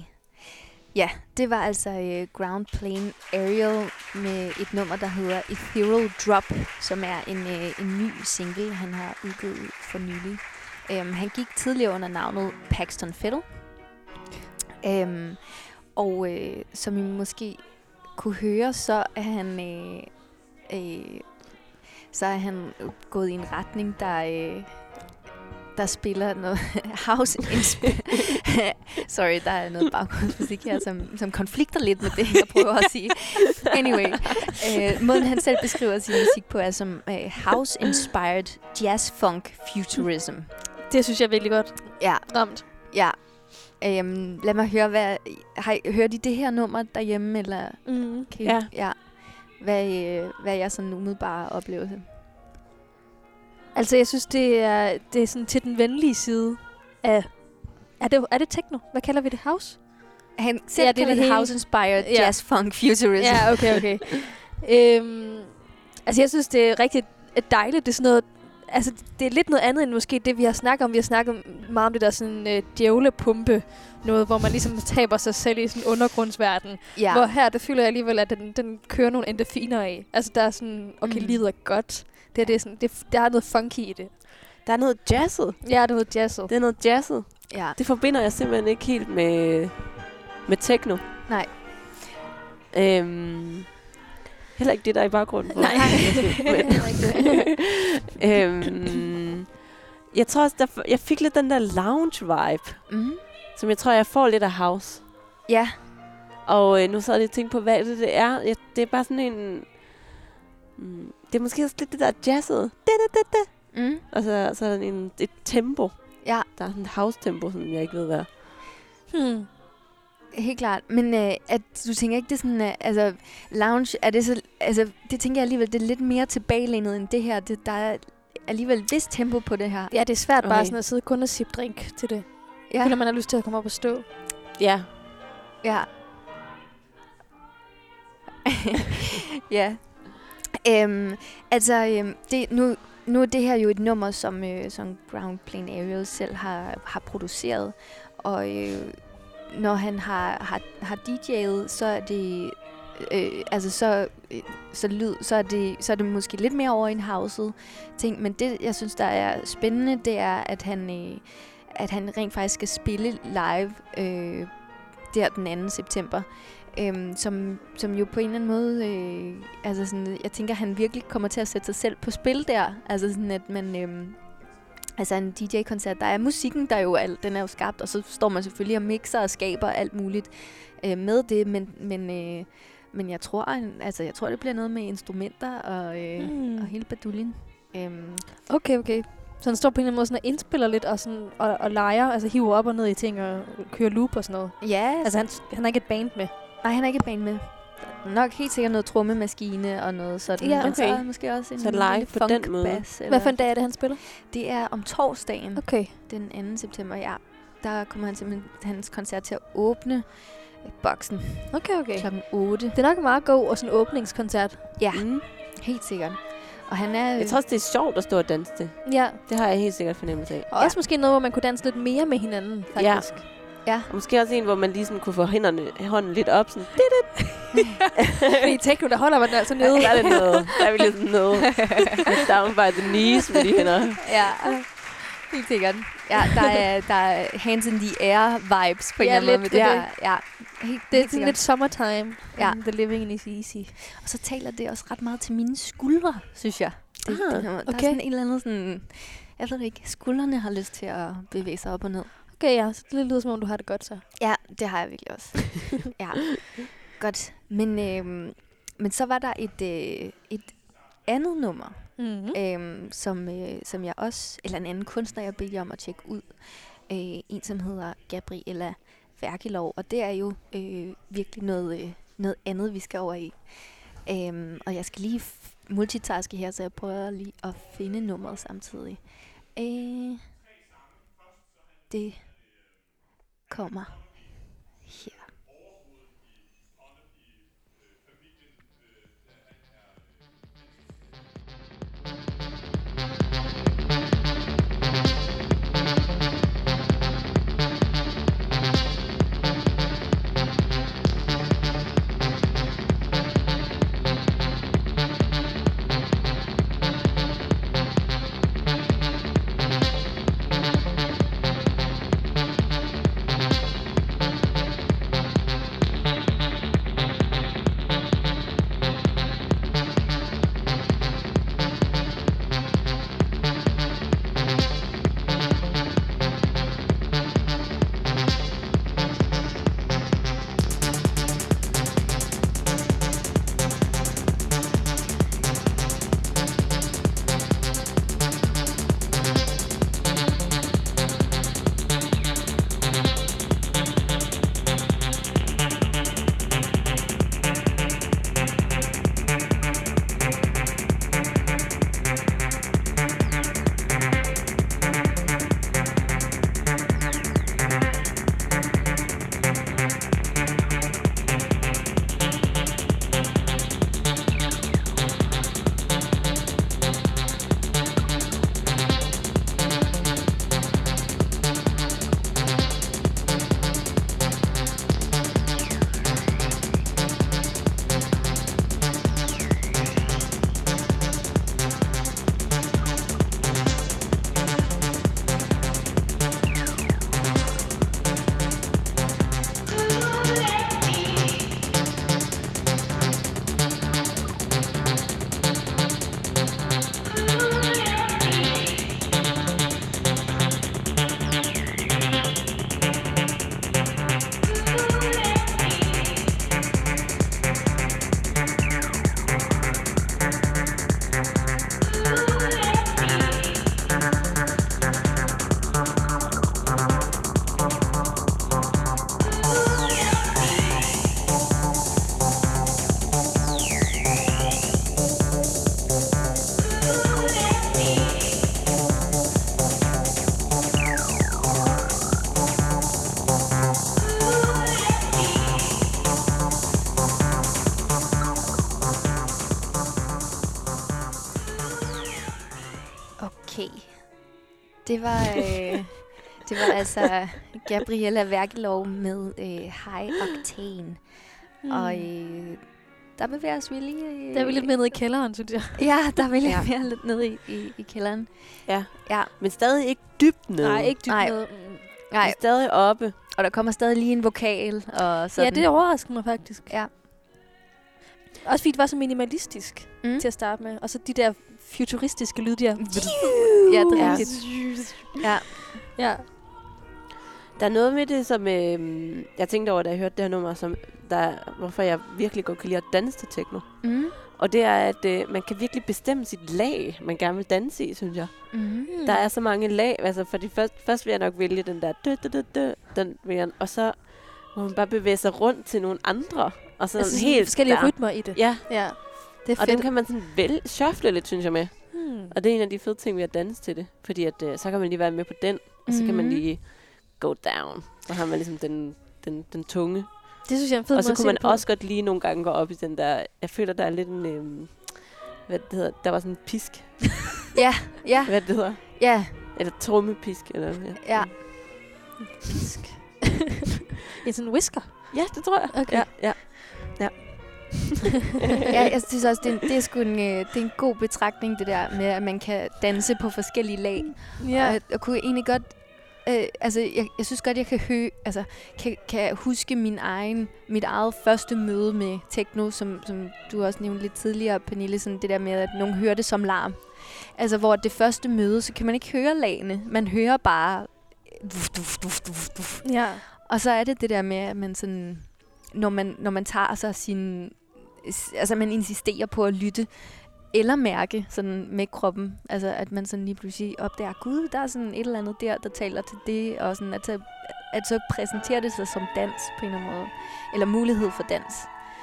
Ja, det var altså Ground Plane Ariel med et nummer, der hedder Ethereal Drop, som er en ny single, han har udgivet for nylig. Han gik tidligere under navnet Paxton Fiddle. Og som I måske kunne høre, så er han så er han gået i en retning, der spiller noget house Sorry, der er noget baggrundsmusik her, som konflikter lidt med det, jeg prøver at sige. Anyway, måden han selv beskriver sin musik på er som house-inspired jazz-funk futurism. Det synes jeg er virkelig godt ramt. Ja. Lad mig høre, hører de det her nummer derhjemme, eller? Okay. Ja. Hvad er jeg sådan umiddelbare oplevelse? Altså, jeg synes, det er sådan til den venlige side af... Er det techno? Hvad kalder vi det? House? Han selv kalder det house-inspired jazz-funk futurism. Ja, okay. Altså, jeg synes, det er rigtig dejligt. Det er sådan noget... Altså, det er lidt noget andet end måske det, vi har snakket om. Vi har snakket meget om det der sådan djævlepumpe. Noget, hvor man ligesom taber sig selv i sådan en undergrundsverden. Ja. Hvor her, det føler jeg alligevel, at den kører nogle endorfiner af. Altså, der er sådan... Okay, livet er godt. Det er sådan, der er noget funky i det. Der er noget jazzet. Ja, det er noget jazzet. Det er noget jazzet. Ja. Det forbinder jeg simpelthen ikke helt med techno. Nej. Heller ikke det, der er i baggrunden. Nej. Jeg tror også, jeg fik lidt den der lounge-vibe, som jeg tror, jeg får lidt af house. Ja. Og nu så jeg lige tænkt på, hvad det er. Det er bare sådan en... det er måske også lidt det der jazzet. Og så er der et tempo. Ja. Der er sådan et house-tempo, som jeg ikke ved, hvad er. Helt klart. Men at du tænker ikke, det er sådan... altså, lounge, er det så... Altså, det tænker jeg alligevel, det er lidt mere tilbagelænet end det her. Der er alligevel et vist tempo på det her. Ja, det er svært bare sådan at sidde kun og sippe drink til det. Ja. Eller man har lyst til at komme op og stå. Ja. Ja. Ja. Nu er det her jo et nummer, som Ground Plane Aerial selv har produceret. Og når han har DJ'et, så er det... så er det måske lidt mere over en houset ting, men det jeg synes der er spændende, det er at han rent faktisk skal spille live der den 2. september, som jo på en eller anden måde altså sådan, jeg tænker han virkelig kommer til at sætte sig selv på spil der, altså sådan at man altså en DJ-koncert, der er musikken der jo den er jo skabt, og så står man selvfølgelig og mixer og skaber alt muligt med det, men jeg tror det bliver noget med instrumenter og hele baduljen. Okay. Så han står på en eller anden måde sådan og indspiller lidt og sådan og leger, altså hiver op og ned i ting og kører loop og sådan noget. Ja. Altså han har ikke et band med. Nej, han har ikke et band med. Nok helt sikkert noget trommemaskine og noget sådan. Ja, okay. Men så er måske også en så live på den måde. Bass, hvad for en dag er det, han spiller? Det er om torsdagen. Okay. Den 2. september, ja. Der kommer han simpelthen hans koncert til at åbne boksen. Okay. Klokken 8. Det er nok en meget god og sådan åbningskoncert. Ja, helt sikkert. Og han er... Jeg tror også, det er sjovt at stå og danse til. Ja. Det har jeg helt sikkert fornemmelse af. Og også måske noget, hvor man kunne danse lidt mere med hinanden, faktisk. Ja. Og måske også en, hvor man lige sådan kunne få hånden lidt op. Sådan. Fordi i techno, der holder man den altså nede. Der er det noget. Der er vi lidt sådan noget. Down by the knees med de hænder. Ja, helt sikkert. Ja, der er hands in the air vibes på en eller anden måde med det der. Ja, det er sådan lidt summertime. Ja. The living is easy. Og så taler det også ret meget til mine skuldre, synes jeg. Der er sådan en eller anden sådan... Jeg ved det ikke. Skuldrene har lyst til at bevæge sig op og ned. Okay, ja. Så det lyder som om, du har det godt så. Ja, det har jeg virkelig også. Ja, godt. Men så var der et andet nummer, som jeg også... Eller en anden kunstner, jeg bedte om at tjekke ud. En, som hedder Gabriella Værkelov. Og det er jo virkelig noget andet, vi skal over i. Og jeg skal lige multitaske her, så jeg prøver lige at finde nummeret samtidig. Det kommer her. Det var altså Gabriella Værkelov med High Octane. Og der bevæger vi lige... Der er vi lidt med ned i kælderen, synes jeg. Ja, der er vi lidt nede i kælderen. Ja, men stadig ikke dybt nede. Nej, ikke dybt nede. Nej. Vi er stadig oppe. Og der kommer stadig lige en vokal og sådan. Ja, det overrasker mig faktisk. Ja. Også fordi det var så minimalistisk til at starte med. Og så de der futuristiske lyd, der. Ja, det er rigtigt. Ja. Der er noget med det, som jeg tænkte over, da jeg hørte det her nummer, hvorfor jeg virkelig godt kan lide at danse til techno. Og det er, at man kan virkelig bestemme sit lag, man gerne vil danse i, synes jeg. Der er så mange lag. Altså, fordi først vil jeg nok vælge den der, den vil jeg, og så må man bare bevæge sig rundt til nogle andre. Og så altså, helt forskellige rytmer i det. Ja. Det er fedt. Og den kan man sådan shuffle lidt, synes jeg, med. Og det er en af de fede ting ved at danse til det. Fordi at, så kan man lige være med på den, og så kan man lige go down. Så har man ligesom den tunge. Det synes jeg er en fed måde. Og så kunne man også godt lige nogle gange gå op i den der... Jeg føler, der er lidt en... hvad det hedder? Der var sådan en pisk. Ja. Hvad det hedder? Ja. Eller trommepisk. Eller, ja. Pisk. En sådan whisker? Ja, det tror jeg. Okay. Ja. Ja, jeg synes også, det er sgu det er en god betragtning, det der med, at man kan danse på forskellige lag. Ja. Og jeg kunne egentlig godt... jeg synes godt, jeg kan kan huske mit eget første møde med techno, som du også nævnte lidt tidligere, Pernille, sådan det der med, at nogen hører det som larm. Altså, hvor det første møde, så kan man ikke høre lagene. Man hører bare... Ja. Og så er det der med, at man sådan... Når man tager sig sin... Altså, man insisterer på at lytte eller mærke sådan med kroppen. Altså, at man sådan lige pludselig opdager, gud, der er sådan et eller andet der taler til det, og sådan, at så præsenterer det sig som dans på en eller anden måde. Eller mulighed for dans.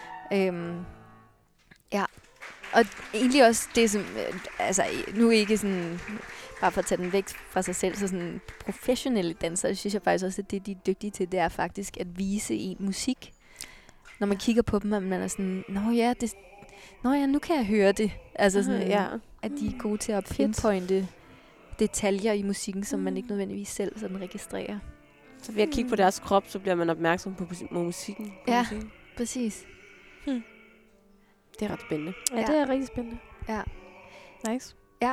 Ja. Og egentlig også det, som... altså, nu ikke sådan... Bare for at tage den væk fra sig selv, så sådan professionelle dansere, det synes jeg faktisk også, at det, de er dygtige til, det er faktisk at vise en musik. Når man kigger på dem, at man er sådan, nå ja, nu kan jeg høre det. Altså sådan, at de er gode til at pinpointe detaljer i musikken, som man ikke nødvendigvis selv sådan registrerer. Så ved at kigge på deres krop, så bliver man opmærksom på musikken. Musikken. Præcis. Det er ret spændende. Ja, det er rigtig spændende. Ja. Nice. Ja.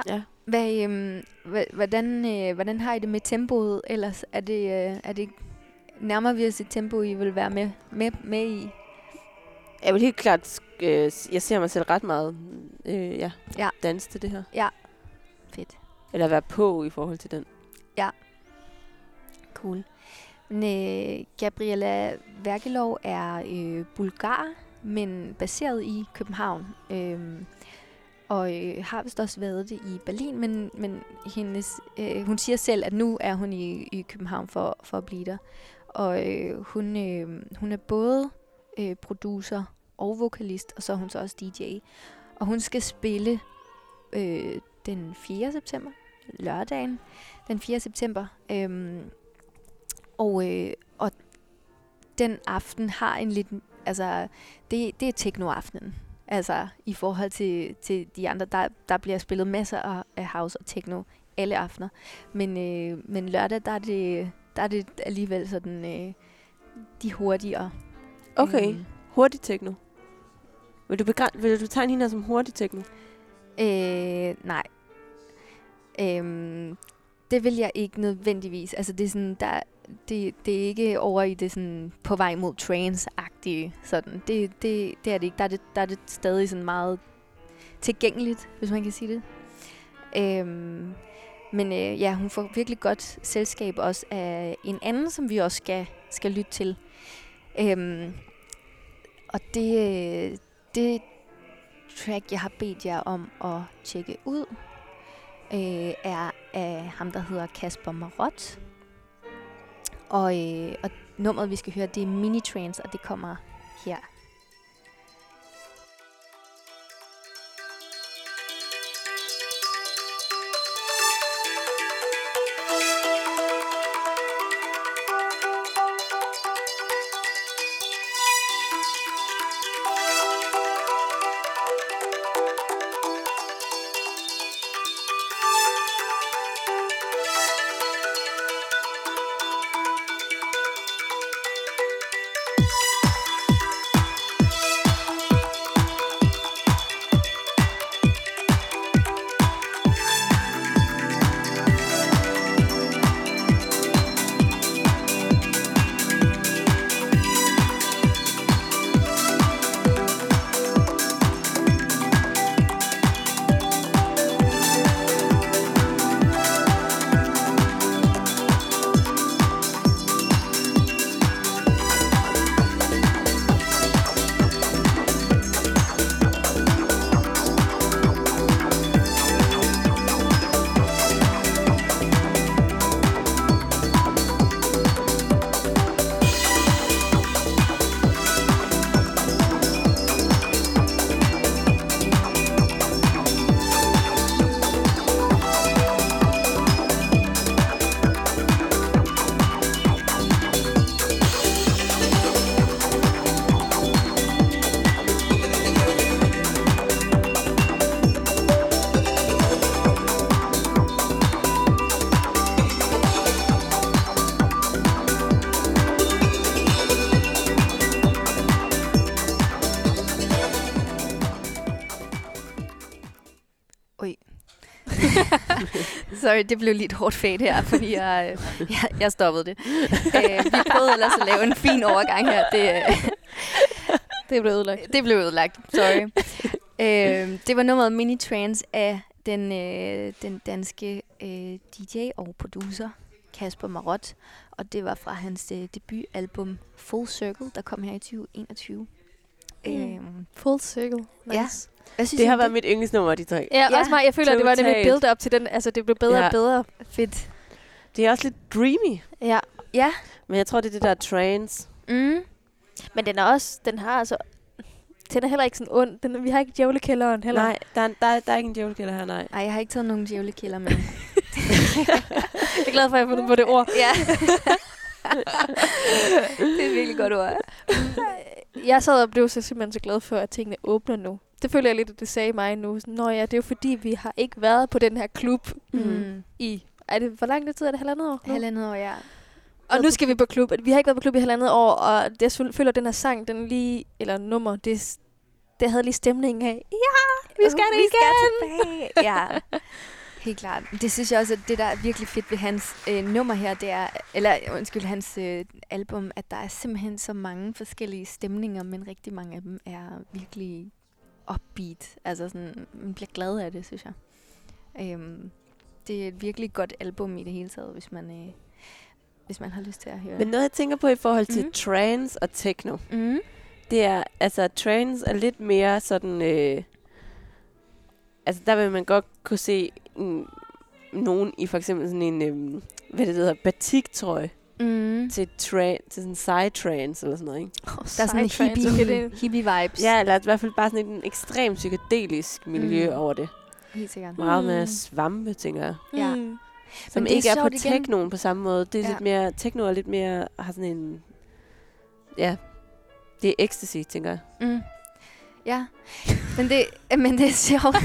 Hvordan har I det med tempoet? Ellers er det nærmer vi os et tempo, I vil være med i? Jeg vil helt klart, jeg ser mig selv ret meget danse til det her. Ja, fedt. Eller være på i forhold til den. Ja, cool. Men Gabriella Værkelov er bulgar, men baseret i København. Og har vist også været det i Berlin, men hun siger selv, at nu er hun i København for at blive der. Og hun er både producer og vokalist, og så er hun så også DJ. Og hun skal spille den 4. september, lørdagen, den 4. september. Og den aften har en lidt... Altså, det er techno-aftenen. Altså, i forhold til de andre, der bliver spillet masser af house og techno alle aftener. Men lørdag, der er det alligevel sådan, de hurtigere. Okay, hurtig techno. Vil du tegne hende som hurtig techno? Nej. Det vil jeg ikke nødvendigvis. Altså, det er sådan, det er ikke over i det sådan på vej mod trance-agtige sådan. Det er det ikke. Der er det stadig sådan meget tilgængeligt, hvis man kan sige det. Men hun får virkelig godt selskab også af en anden, som vi også skal lytte til. Og det track, jeg har bedt jer om at tjekke ud, er af ham, der hedder Kasper Marot. Og nummeret, vi skal høre, det er Mini Trance, og det kommer her. Sorry, det blev lidt hårdt fade her, fordi jeg stoppede det. Vi prøvede ellers at lave en fin overgang her. Det blev ødelagt. Det blev ødelagt, sorry. Det var nummeret Mini Trance af den danske DJ og producer Kasper Marot, og det var fra hans debutalbum Full Circle, der kom her i 2021. Full Circle. Nice. Ja. Det har været mit yndlingsnummer, de tre. Ja, også mig. Jeg føler, at det var det med build-up til den. Altså, det blev bedre og bedre. Fedt. Det er også lidt dreamy. Ja. Men jeg tror, det er det der trance. Men den er heller ikke sådan ond. Vi har ikke djævlekælderen heller. Nej, der er ikke en djævlekælder her, nej. Nej, jeg har ikke taget nogen djævlekælder med. Jeg er glad for, at jeg har fundet på det ord. Ja. Det er et virkelig godt ord. Jeg sad og blev simpelthen så glad for, at tingene åbner nu. Det føler jeg lidt, at det sagde mig nu. Nå ja, det er jo fordi, vi har ikke været på den her klub i... Hvor lang tid er det? 1,5 år? 1,5 år, ja. Og nu skal vi på klub. Vi har ikke været på klub i 1,5 år, og jeg føler, at den her sang, nummer, det havde lige stemningen af, ja, vi skal det igen! Ja, helt klart. Det synes jeg også, at det, der er virkelig fedt ved hans nummer her, det er, hans album, at der er simpelthen så mange forskellige stemninger, men rigtig mange af dem er virkelig upbeat. Altså sådan, man bliver glad af det, synes jeg. Det er et virkelig godt album i det hele taget, hvis man har lyst til at høre. Men noget, jeg tænker på i forhold til trance og techno, det er, altså trance er lidt mere sådan, altså der vil man godt kunne se nogen i for eksempel sådan en, hvad det hedder, batiktrøje til sådan psytrance eller sådan noget, ikke? Der er sådan hippie-vibes. Ja, eller i hvert fald bare sådan en ekstremt psykedelisk miljø over det. Helt sikkert. Meget med svampe, tænker jeg. Ja. Som ikke er på technoen på samme måde. Det er lidt mere, techno er lidt mere, har sådan en, ja, det er ecstasy, tænker jeg. Ja, men det er sjovt.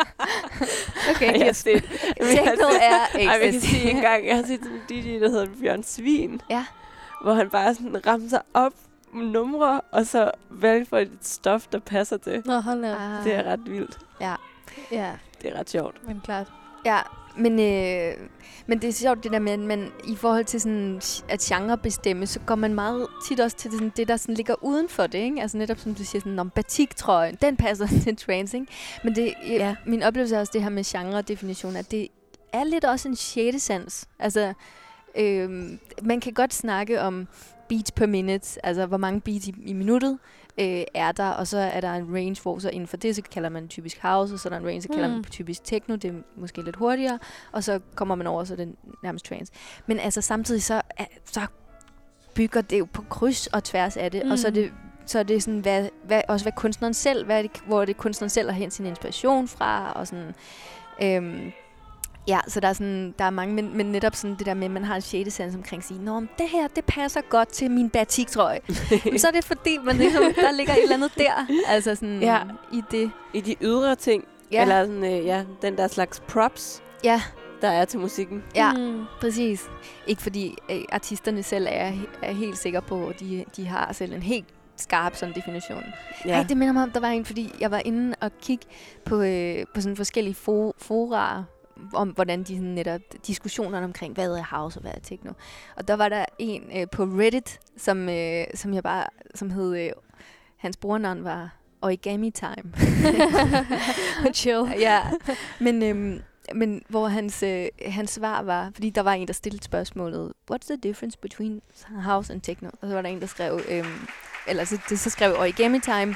Okay, yes. Techno er ecstasy. Jeg kan sige en gang, jeg har set en DJ, der hedder Bjørn Svin. Ja. Hvor han bare sådan ramser op numre, og så vælger for et stof, der passer til. Nå, hold da. Det er ret vildt. Ja. Det er ret sjovt. Men klart. Ja, men det er sjovt det der med, at man i forhold til sådan at genre bestemme, så går man meget tit også til det der sådan ligger uden for det, ikke? Altså netop som du siger, sådan om batiktrøjen, den passer til trance, ikke? Men det, min oplevelse er også det her med genre-definition, at det er lidt også en sjette sans. Altså, man kan godt snakke om beats per minute, altså hvor mange beats i minuttet er der, og så er der en range, hvor så inden for det, så kalder man typisk house, og så er der en range, så kalder man typisk techno, det er måske lidt hurtigere, og så kommer man over, så er det nærmest trance. Men altså samtidig så bygger det jo på kryds og tværs af det, og så er det sådan, hvad kunstneren selv, hvor det kunstneren selv har hentet sin inspiration fra, og sådan... Ja, så der er mange, men netop sådan det der med, at man har en sjette sans omkring at sige, nå, det her, det passer godt til min batiktrøje. Men så er det fordi, man ligesom, der ligger et eller andet der, altså sådan i det. I de ydre ting, eller sådan, den der slags props, der er til musikken. Ja, præcis. Ikke fordi artisterne selv er helt sikre på, at de har selv en helt skarp sådan definition. Ja. Det minder mig om, der var en, fordi jeg var inde og kigge på sådan forskellige fora, om hvordan de sådan netop diskussionerne omkring, hvad er house og hvad er techno. Og der var der en på Reddit, som hed, hans brugernavn var Origami Time. Chill. Ja, men hvor hans svar var, fordi der var en, der stillede spørgsmålet, what's the difference between house and techno? Og så var der en, der skrev, så skrev Origami Time,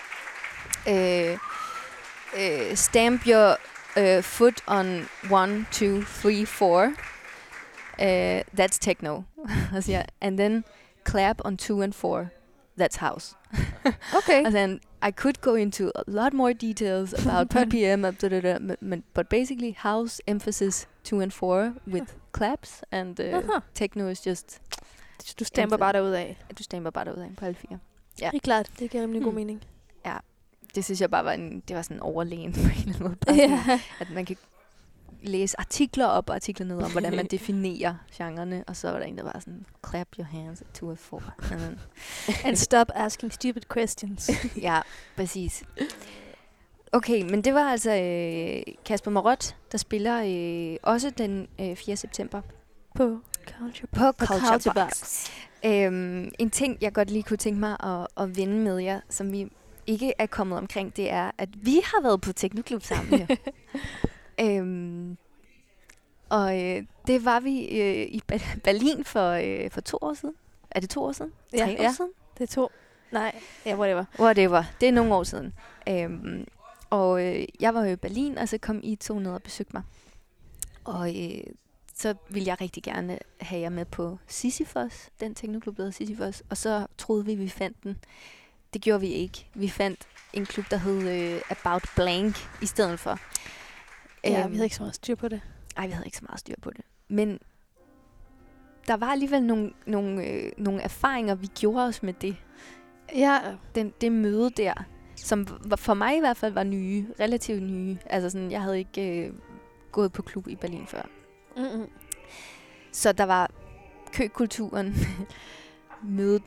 stamp your foot on 1, 2, 3, 4. That's techno. And then clap on 2 and 4. That's house. Okay. And then I could go into a lot more details about BPM, but basically house emphasis 2 and 4 with claps, and techno is just... Du stamper bare derudad. Du stamper bare derudad på alle fire. Ja. Det er klart. Det giver rimelig god mening. Ja. Det synes jeg bare var det var sådan overlegen på en eller anden måde. Sådan, at man kan læse artikler op og artikler ned om, hvordan man definerer genrerne. Og så var der en, der var sådan, clap your hands at 2 and 4. And stop asking stupid questions. Ja, præcis. Okay, men det var altså Kasper Marot, der spiller også den 4. september. På Culture Box. En ting, jeg godt lige kunne tænke mig at vende med jer, som vi ikke er kommet omkring, det er, at vi har været på Teknoklub sammen her. Det var vi i Berlin for 2 år siden. Er det 2 år siden? 3 år siden? Det er 2. Nej, ja, Whatever. Det er nogle år siden. Jeg var jo i Berlin, og så kom I 2 ned og besøgte mig. Og så ville jeg rigtig gerne have jer med på Sisyfos, den teknoklub, der hedder Sisyfos. Og så troede vi fandt den. Det gjorde vi ikke. Vi fandt en klub, der hed About Blank i stedet for. Ja, vi havde ikke så meget styr på det. Nej, vi havde ikke så meget styr på det. Men der var alligevel nogle erfaringer, vi gjorde os med det. Ja. Det møde der, som for mig i hvert fald var nye, relativt nye. Altså sådan, jeg havde ikke gået på klub i Berlin før. Mm-hmm. Så der var køkulturen, mødet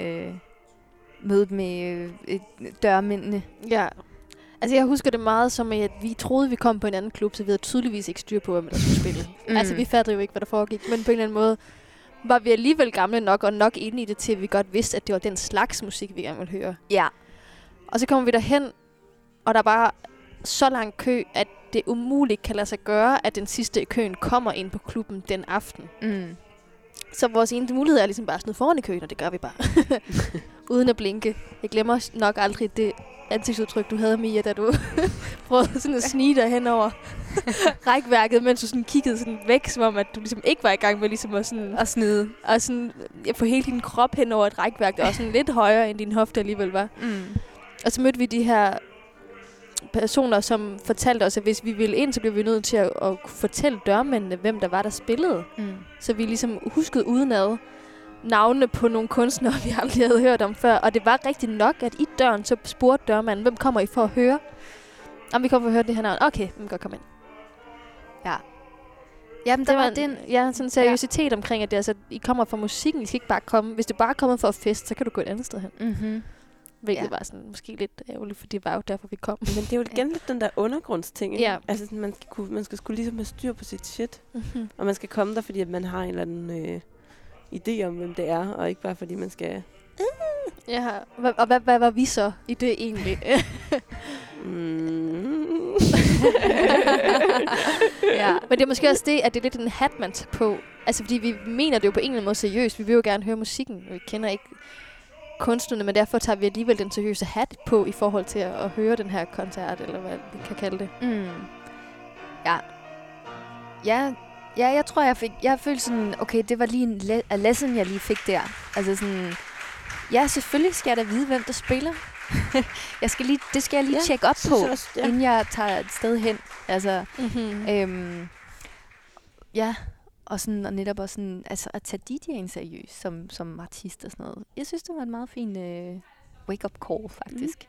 med dørmændene. Ja. Altså jeg husker det meget som, at vi troede, vi kom på en anden klub, så vi havde tydeligvis ikke styr på, hvem der skulle spille. Altså vi fattede jo ikke, hvad der foregik, men på en eller anden måde var vi alligevel gamle nok og nok inde i det til, at vi godt vidste, at det var den slags musik, vi gerne ville høre. Ja. Og så kommer vi derhen, og der er bare så lang kø, at det umuligt kan lade sig gøre, at den sidste i køen kommer ind på klubben den aften. Mm. Så vores eneste mulighed er ligesom bare at snyde foran i køen, og det gør vi bare. Uden at blinke. Jeg glemmer nok aldrig det ansigtsudtryk, du havde, Mia, da du prøvede sådan at snige dig hen over rækværket, mens du sådan kiggede sådan væk, som om at du ligesom ikke var i gang med ligesom at snyde. Og sådan få hele din krop hen over et rækværk, der var sådan lidt højere, end din hofte alligevel var. Mm. Og så mødte vi de her personer, som fortalte os, at hvis vi ville ind, så blev vi nødt til at kunne fortælle dørmændene, hvem der var, der spillede. Mm. Så vi ligesom huskede udenad navnene på nogle kunstnere, vi aldrig havde hørt om før. Og det var rigtig nok, at i døren, så spurgte dørmanden, hvem kommer I for at høre? Om vi kommer for at høre det her navn. Okay, vi kan godt komme ind. Ja. Jamen, der var sådan en seriøsitet omkring, at det, altså, I kommer fra musikken, I skal ikke bare komme. Hvis det bare er kommet for at fest, så kan du gå et andet sted hen. Mm-hmm. Hvilket var sådan måske lidt ærgerligt, for det var jo derfor, vi kom. Men det er jo igen lidt den der undergrundsting, ikke? Ja. Altså, man skal skulle ligesom have styr på sit shit. Mm-hmm. Og man skal komme der, fordi at man har en eller anden idé om, hvem det er, og ikke bare fordi man skal... Ja, og hvad var vi så i det egentlig? Ja, men det er måske også det, at det er lidt en hat, man tager på. Altså, fordi vi mener det jo på en eller anden måde seriøst. Vi vil jo gerne høre musikken, og vi kender ikke kunstnerne, men derfor tager vi alligevel den seriøse hat på i forhold til at høre den her koncert, eller hvad vi kan kalde det. Mm. Ja. Ja, jeg tror, jeg følte sådan, okay, det var lige en lesson, jeg lige fik der. Altså sådan, ja, selvfølgelig skal jeg da vide, hvem der spiller. Det skal jeg lige tjekke op på, inden jeg tager et sted hen. Altså, ja, og sådan, og netop også sådan, altså at tage DJ'en seriøst som artist og sådan noget. Jeg synes, det var en meget fin wake-up call, faktisk.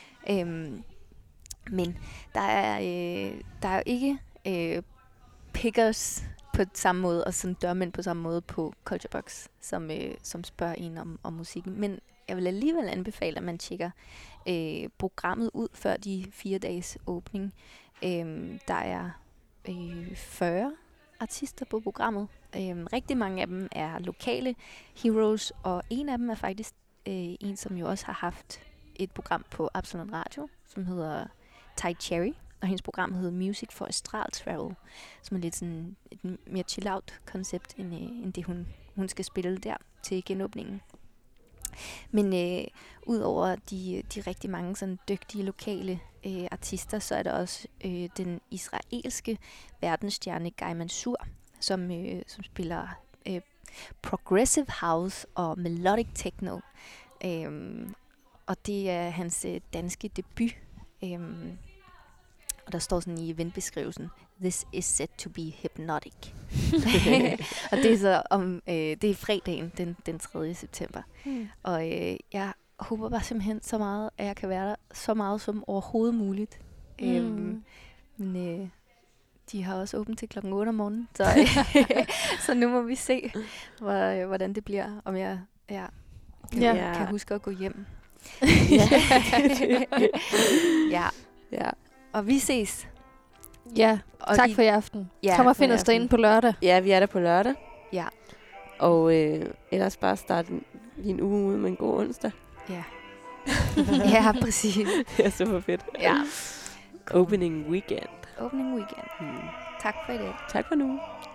Men der er jo ikke pickers på samme måde, og sådan dørmænd på samme måde på Culture Box, som spørger en om musikken. Men jeg vil alligevel anbefale, at man tjekker programmet ud før de 4 dages åbning. Der er 40 artister på programmet. Rigtig mange af dem er lokale heroes, og en af dem er faktisk en, som jo også har haft et program på Absalon Radio, som hedder Ty Cherry, og hendes program hedder Music for Astral Travel, som er lidt sådan et mere chill-out koncept, end det hun skal spille der til genåbningen. Men udover de rigtig mange sådan dygtige lokale artister, så er der også den israelske verdensstjerne Guy Mansour, som spiller progressive house og melodic techno. Og det er hans danske debut. Og der står sådan i eventbeskrivelsen, "This is set to be hypnotic." Og det er så det er fredagen, den 3. september. Og jeg håber bare simpelthen så meget, at jeg kan være der så meget som overhovedet muligt. Men de har også åbent til klokken 8 om morgenen, så nu må vi se, hvordan det bliver, om jeg kan huske at gå hjem. Ja. Og vi ses. Ja, og tak for i aften. Ja, kom og find os derinde på lørdag. Ja, vi er der på lørdag. Ja. Og ellers bare starte en uge ud med en god onsdag. Ja. Ja, præcis. Det er super fedt. Ja. Opening weekend. Opening weekend. Tak for i dag. Tak for nu.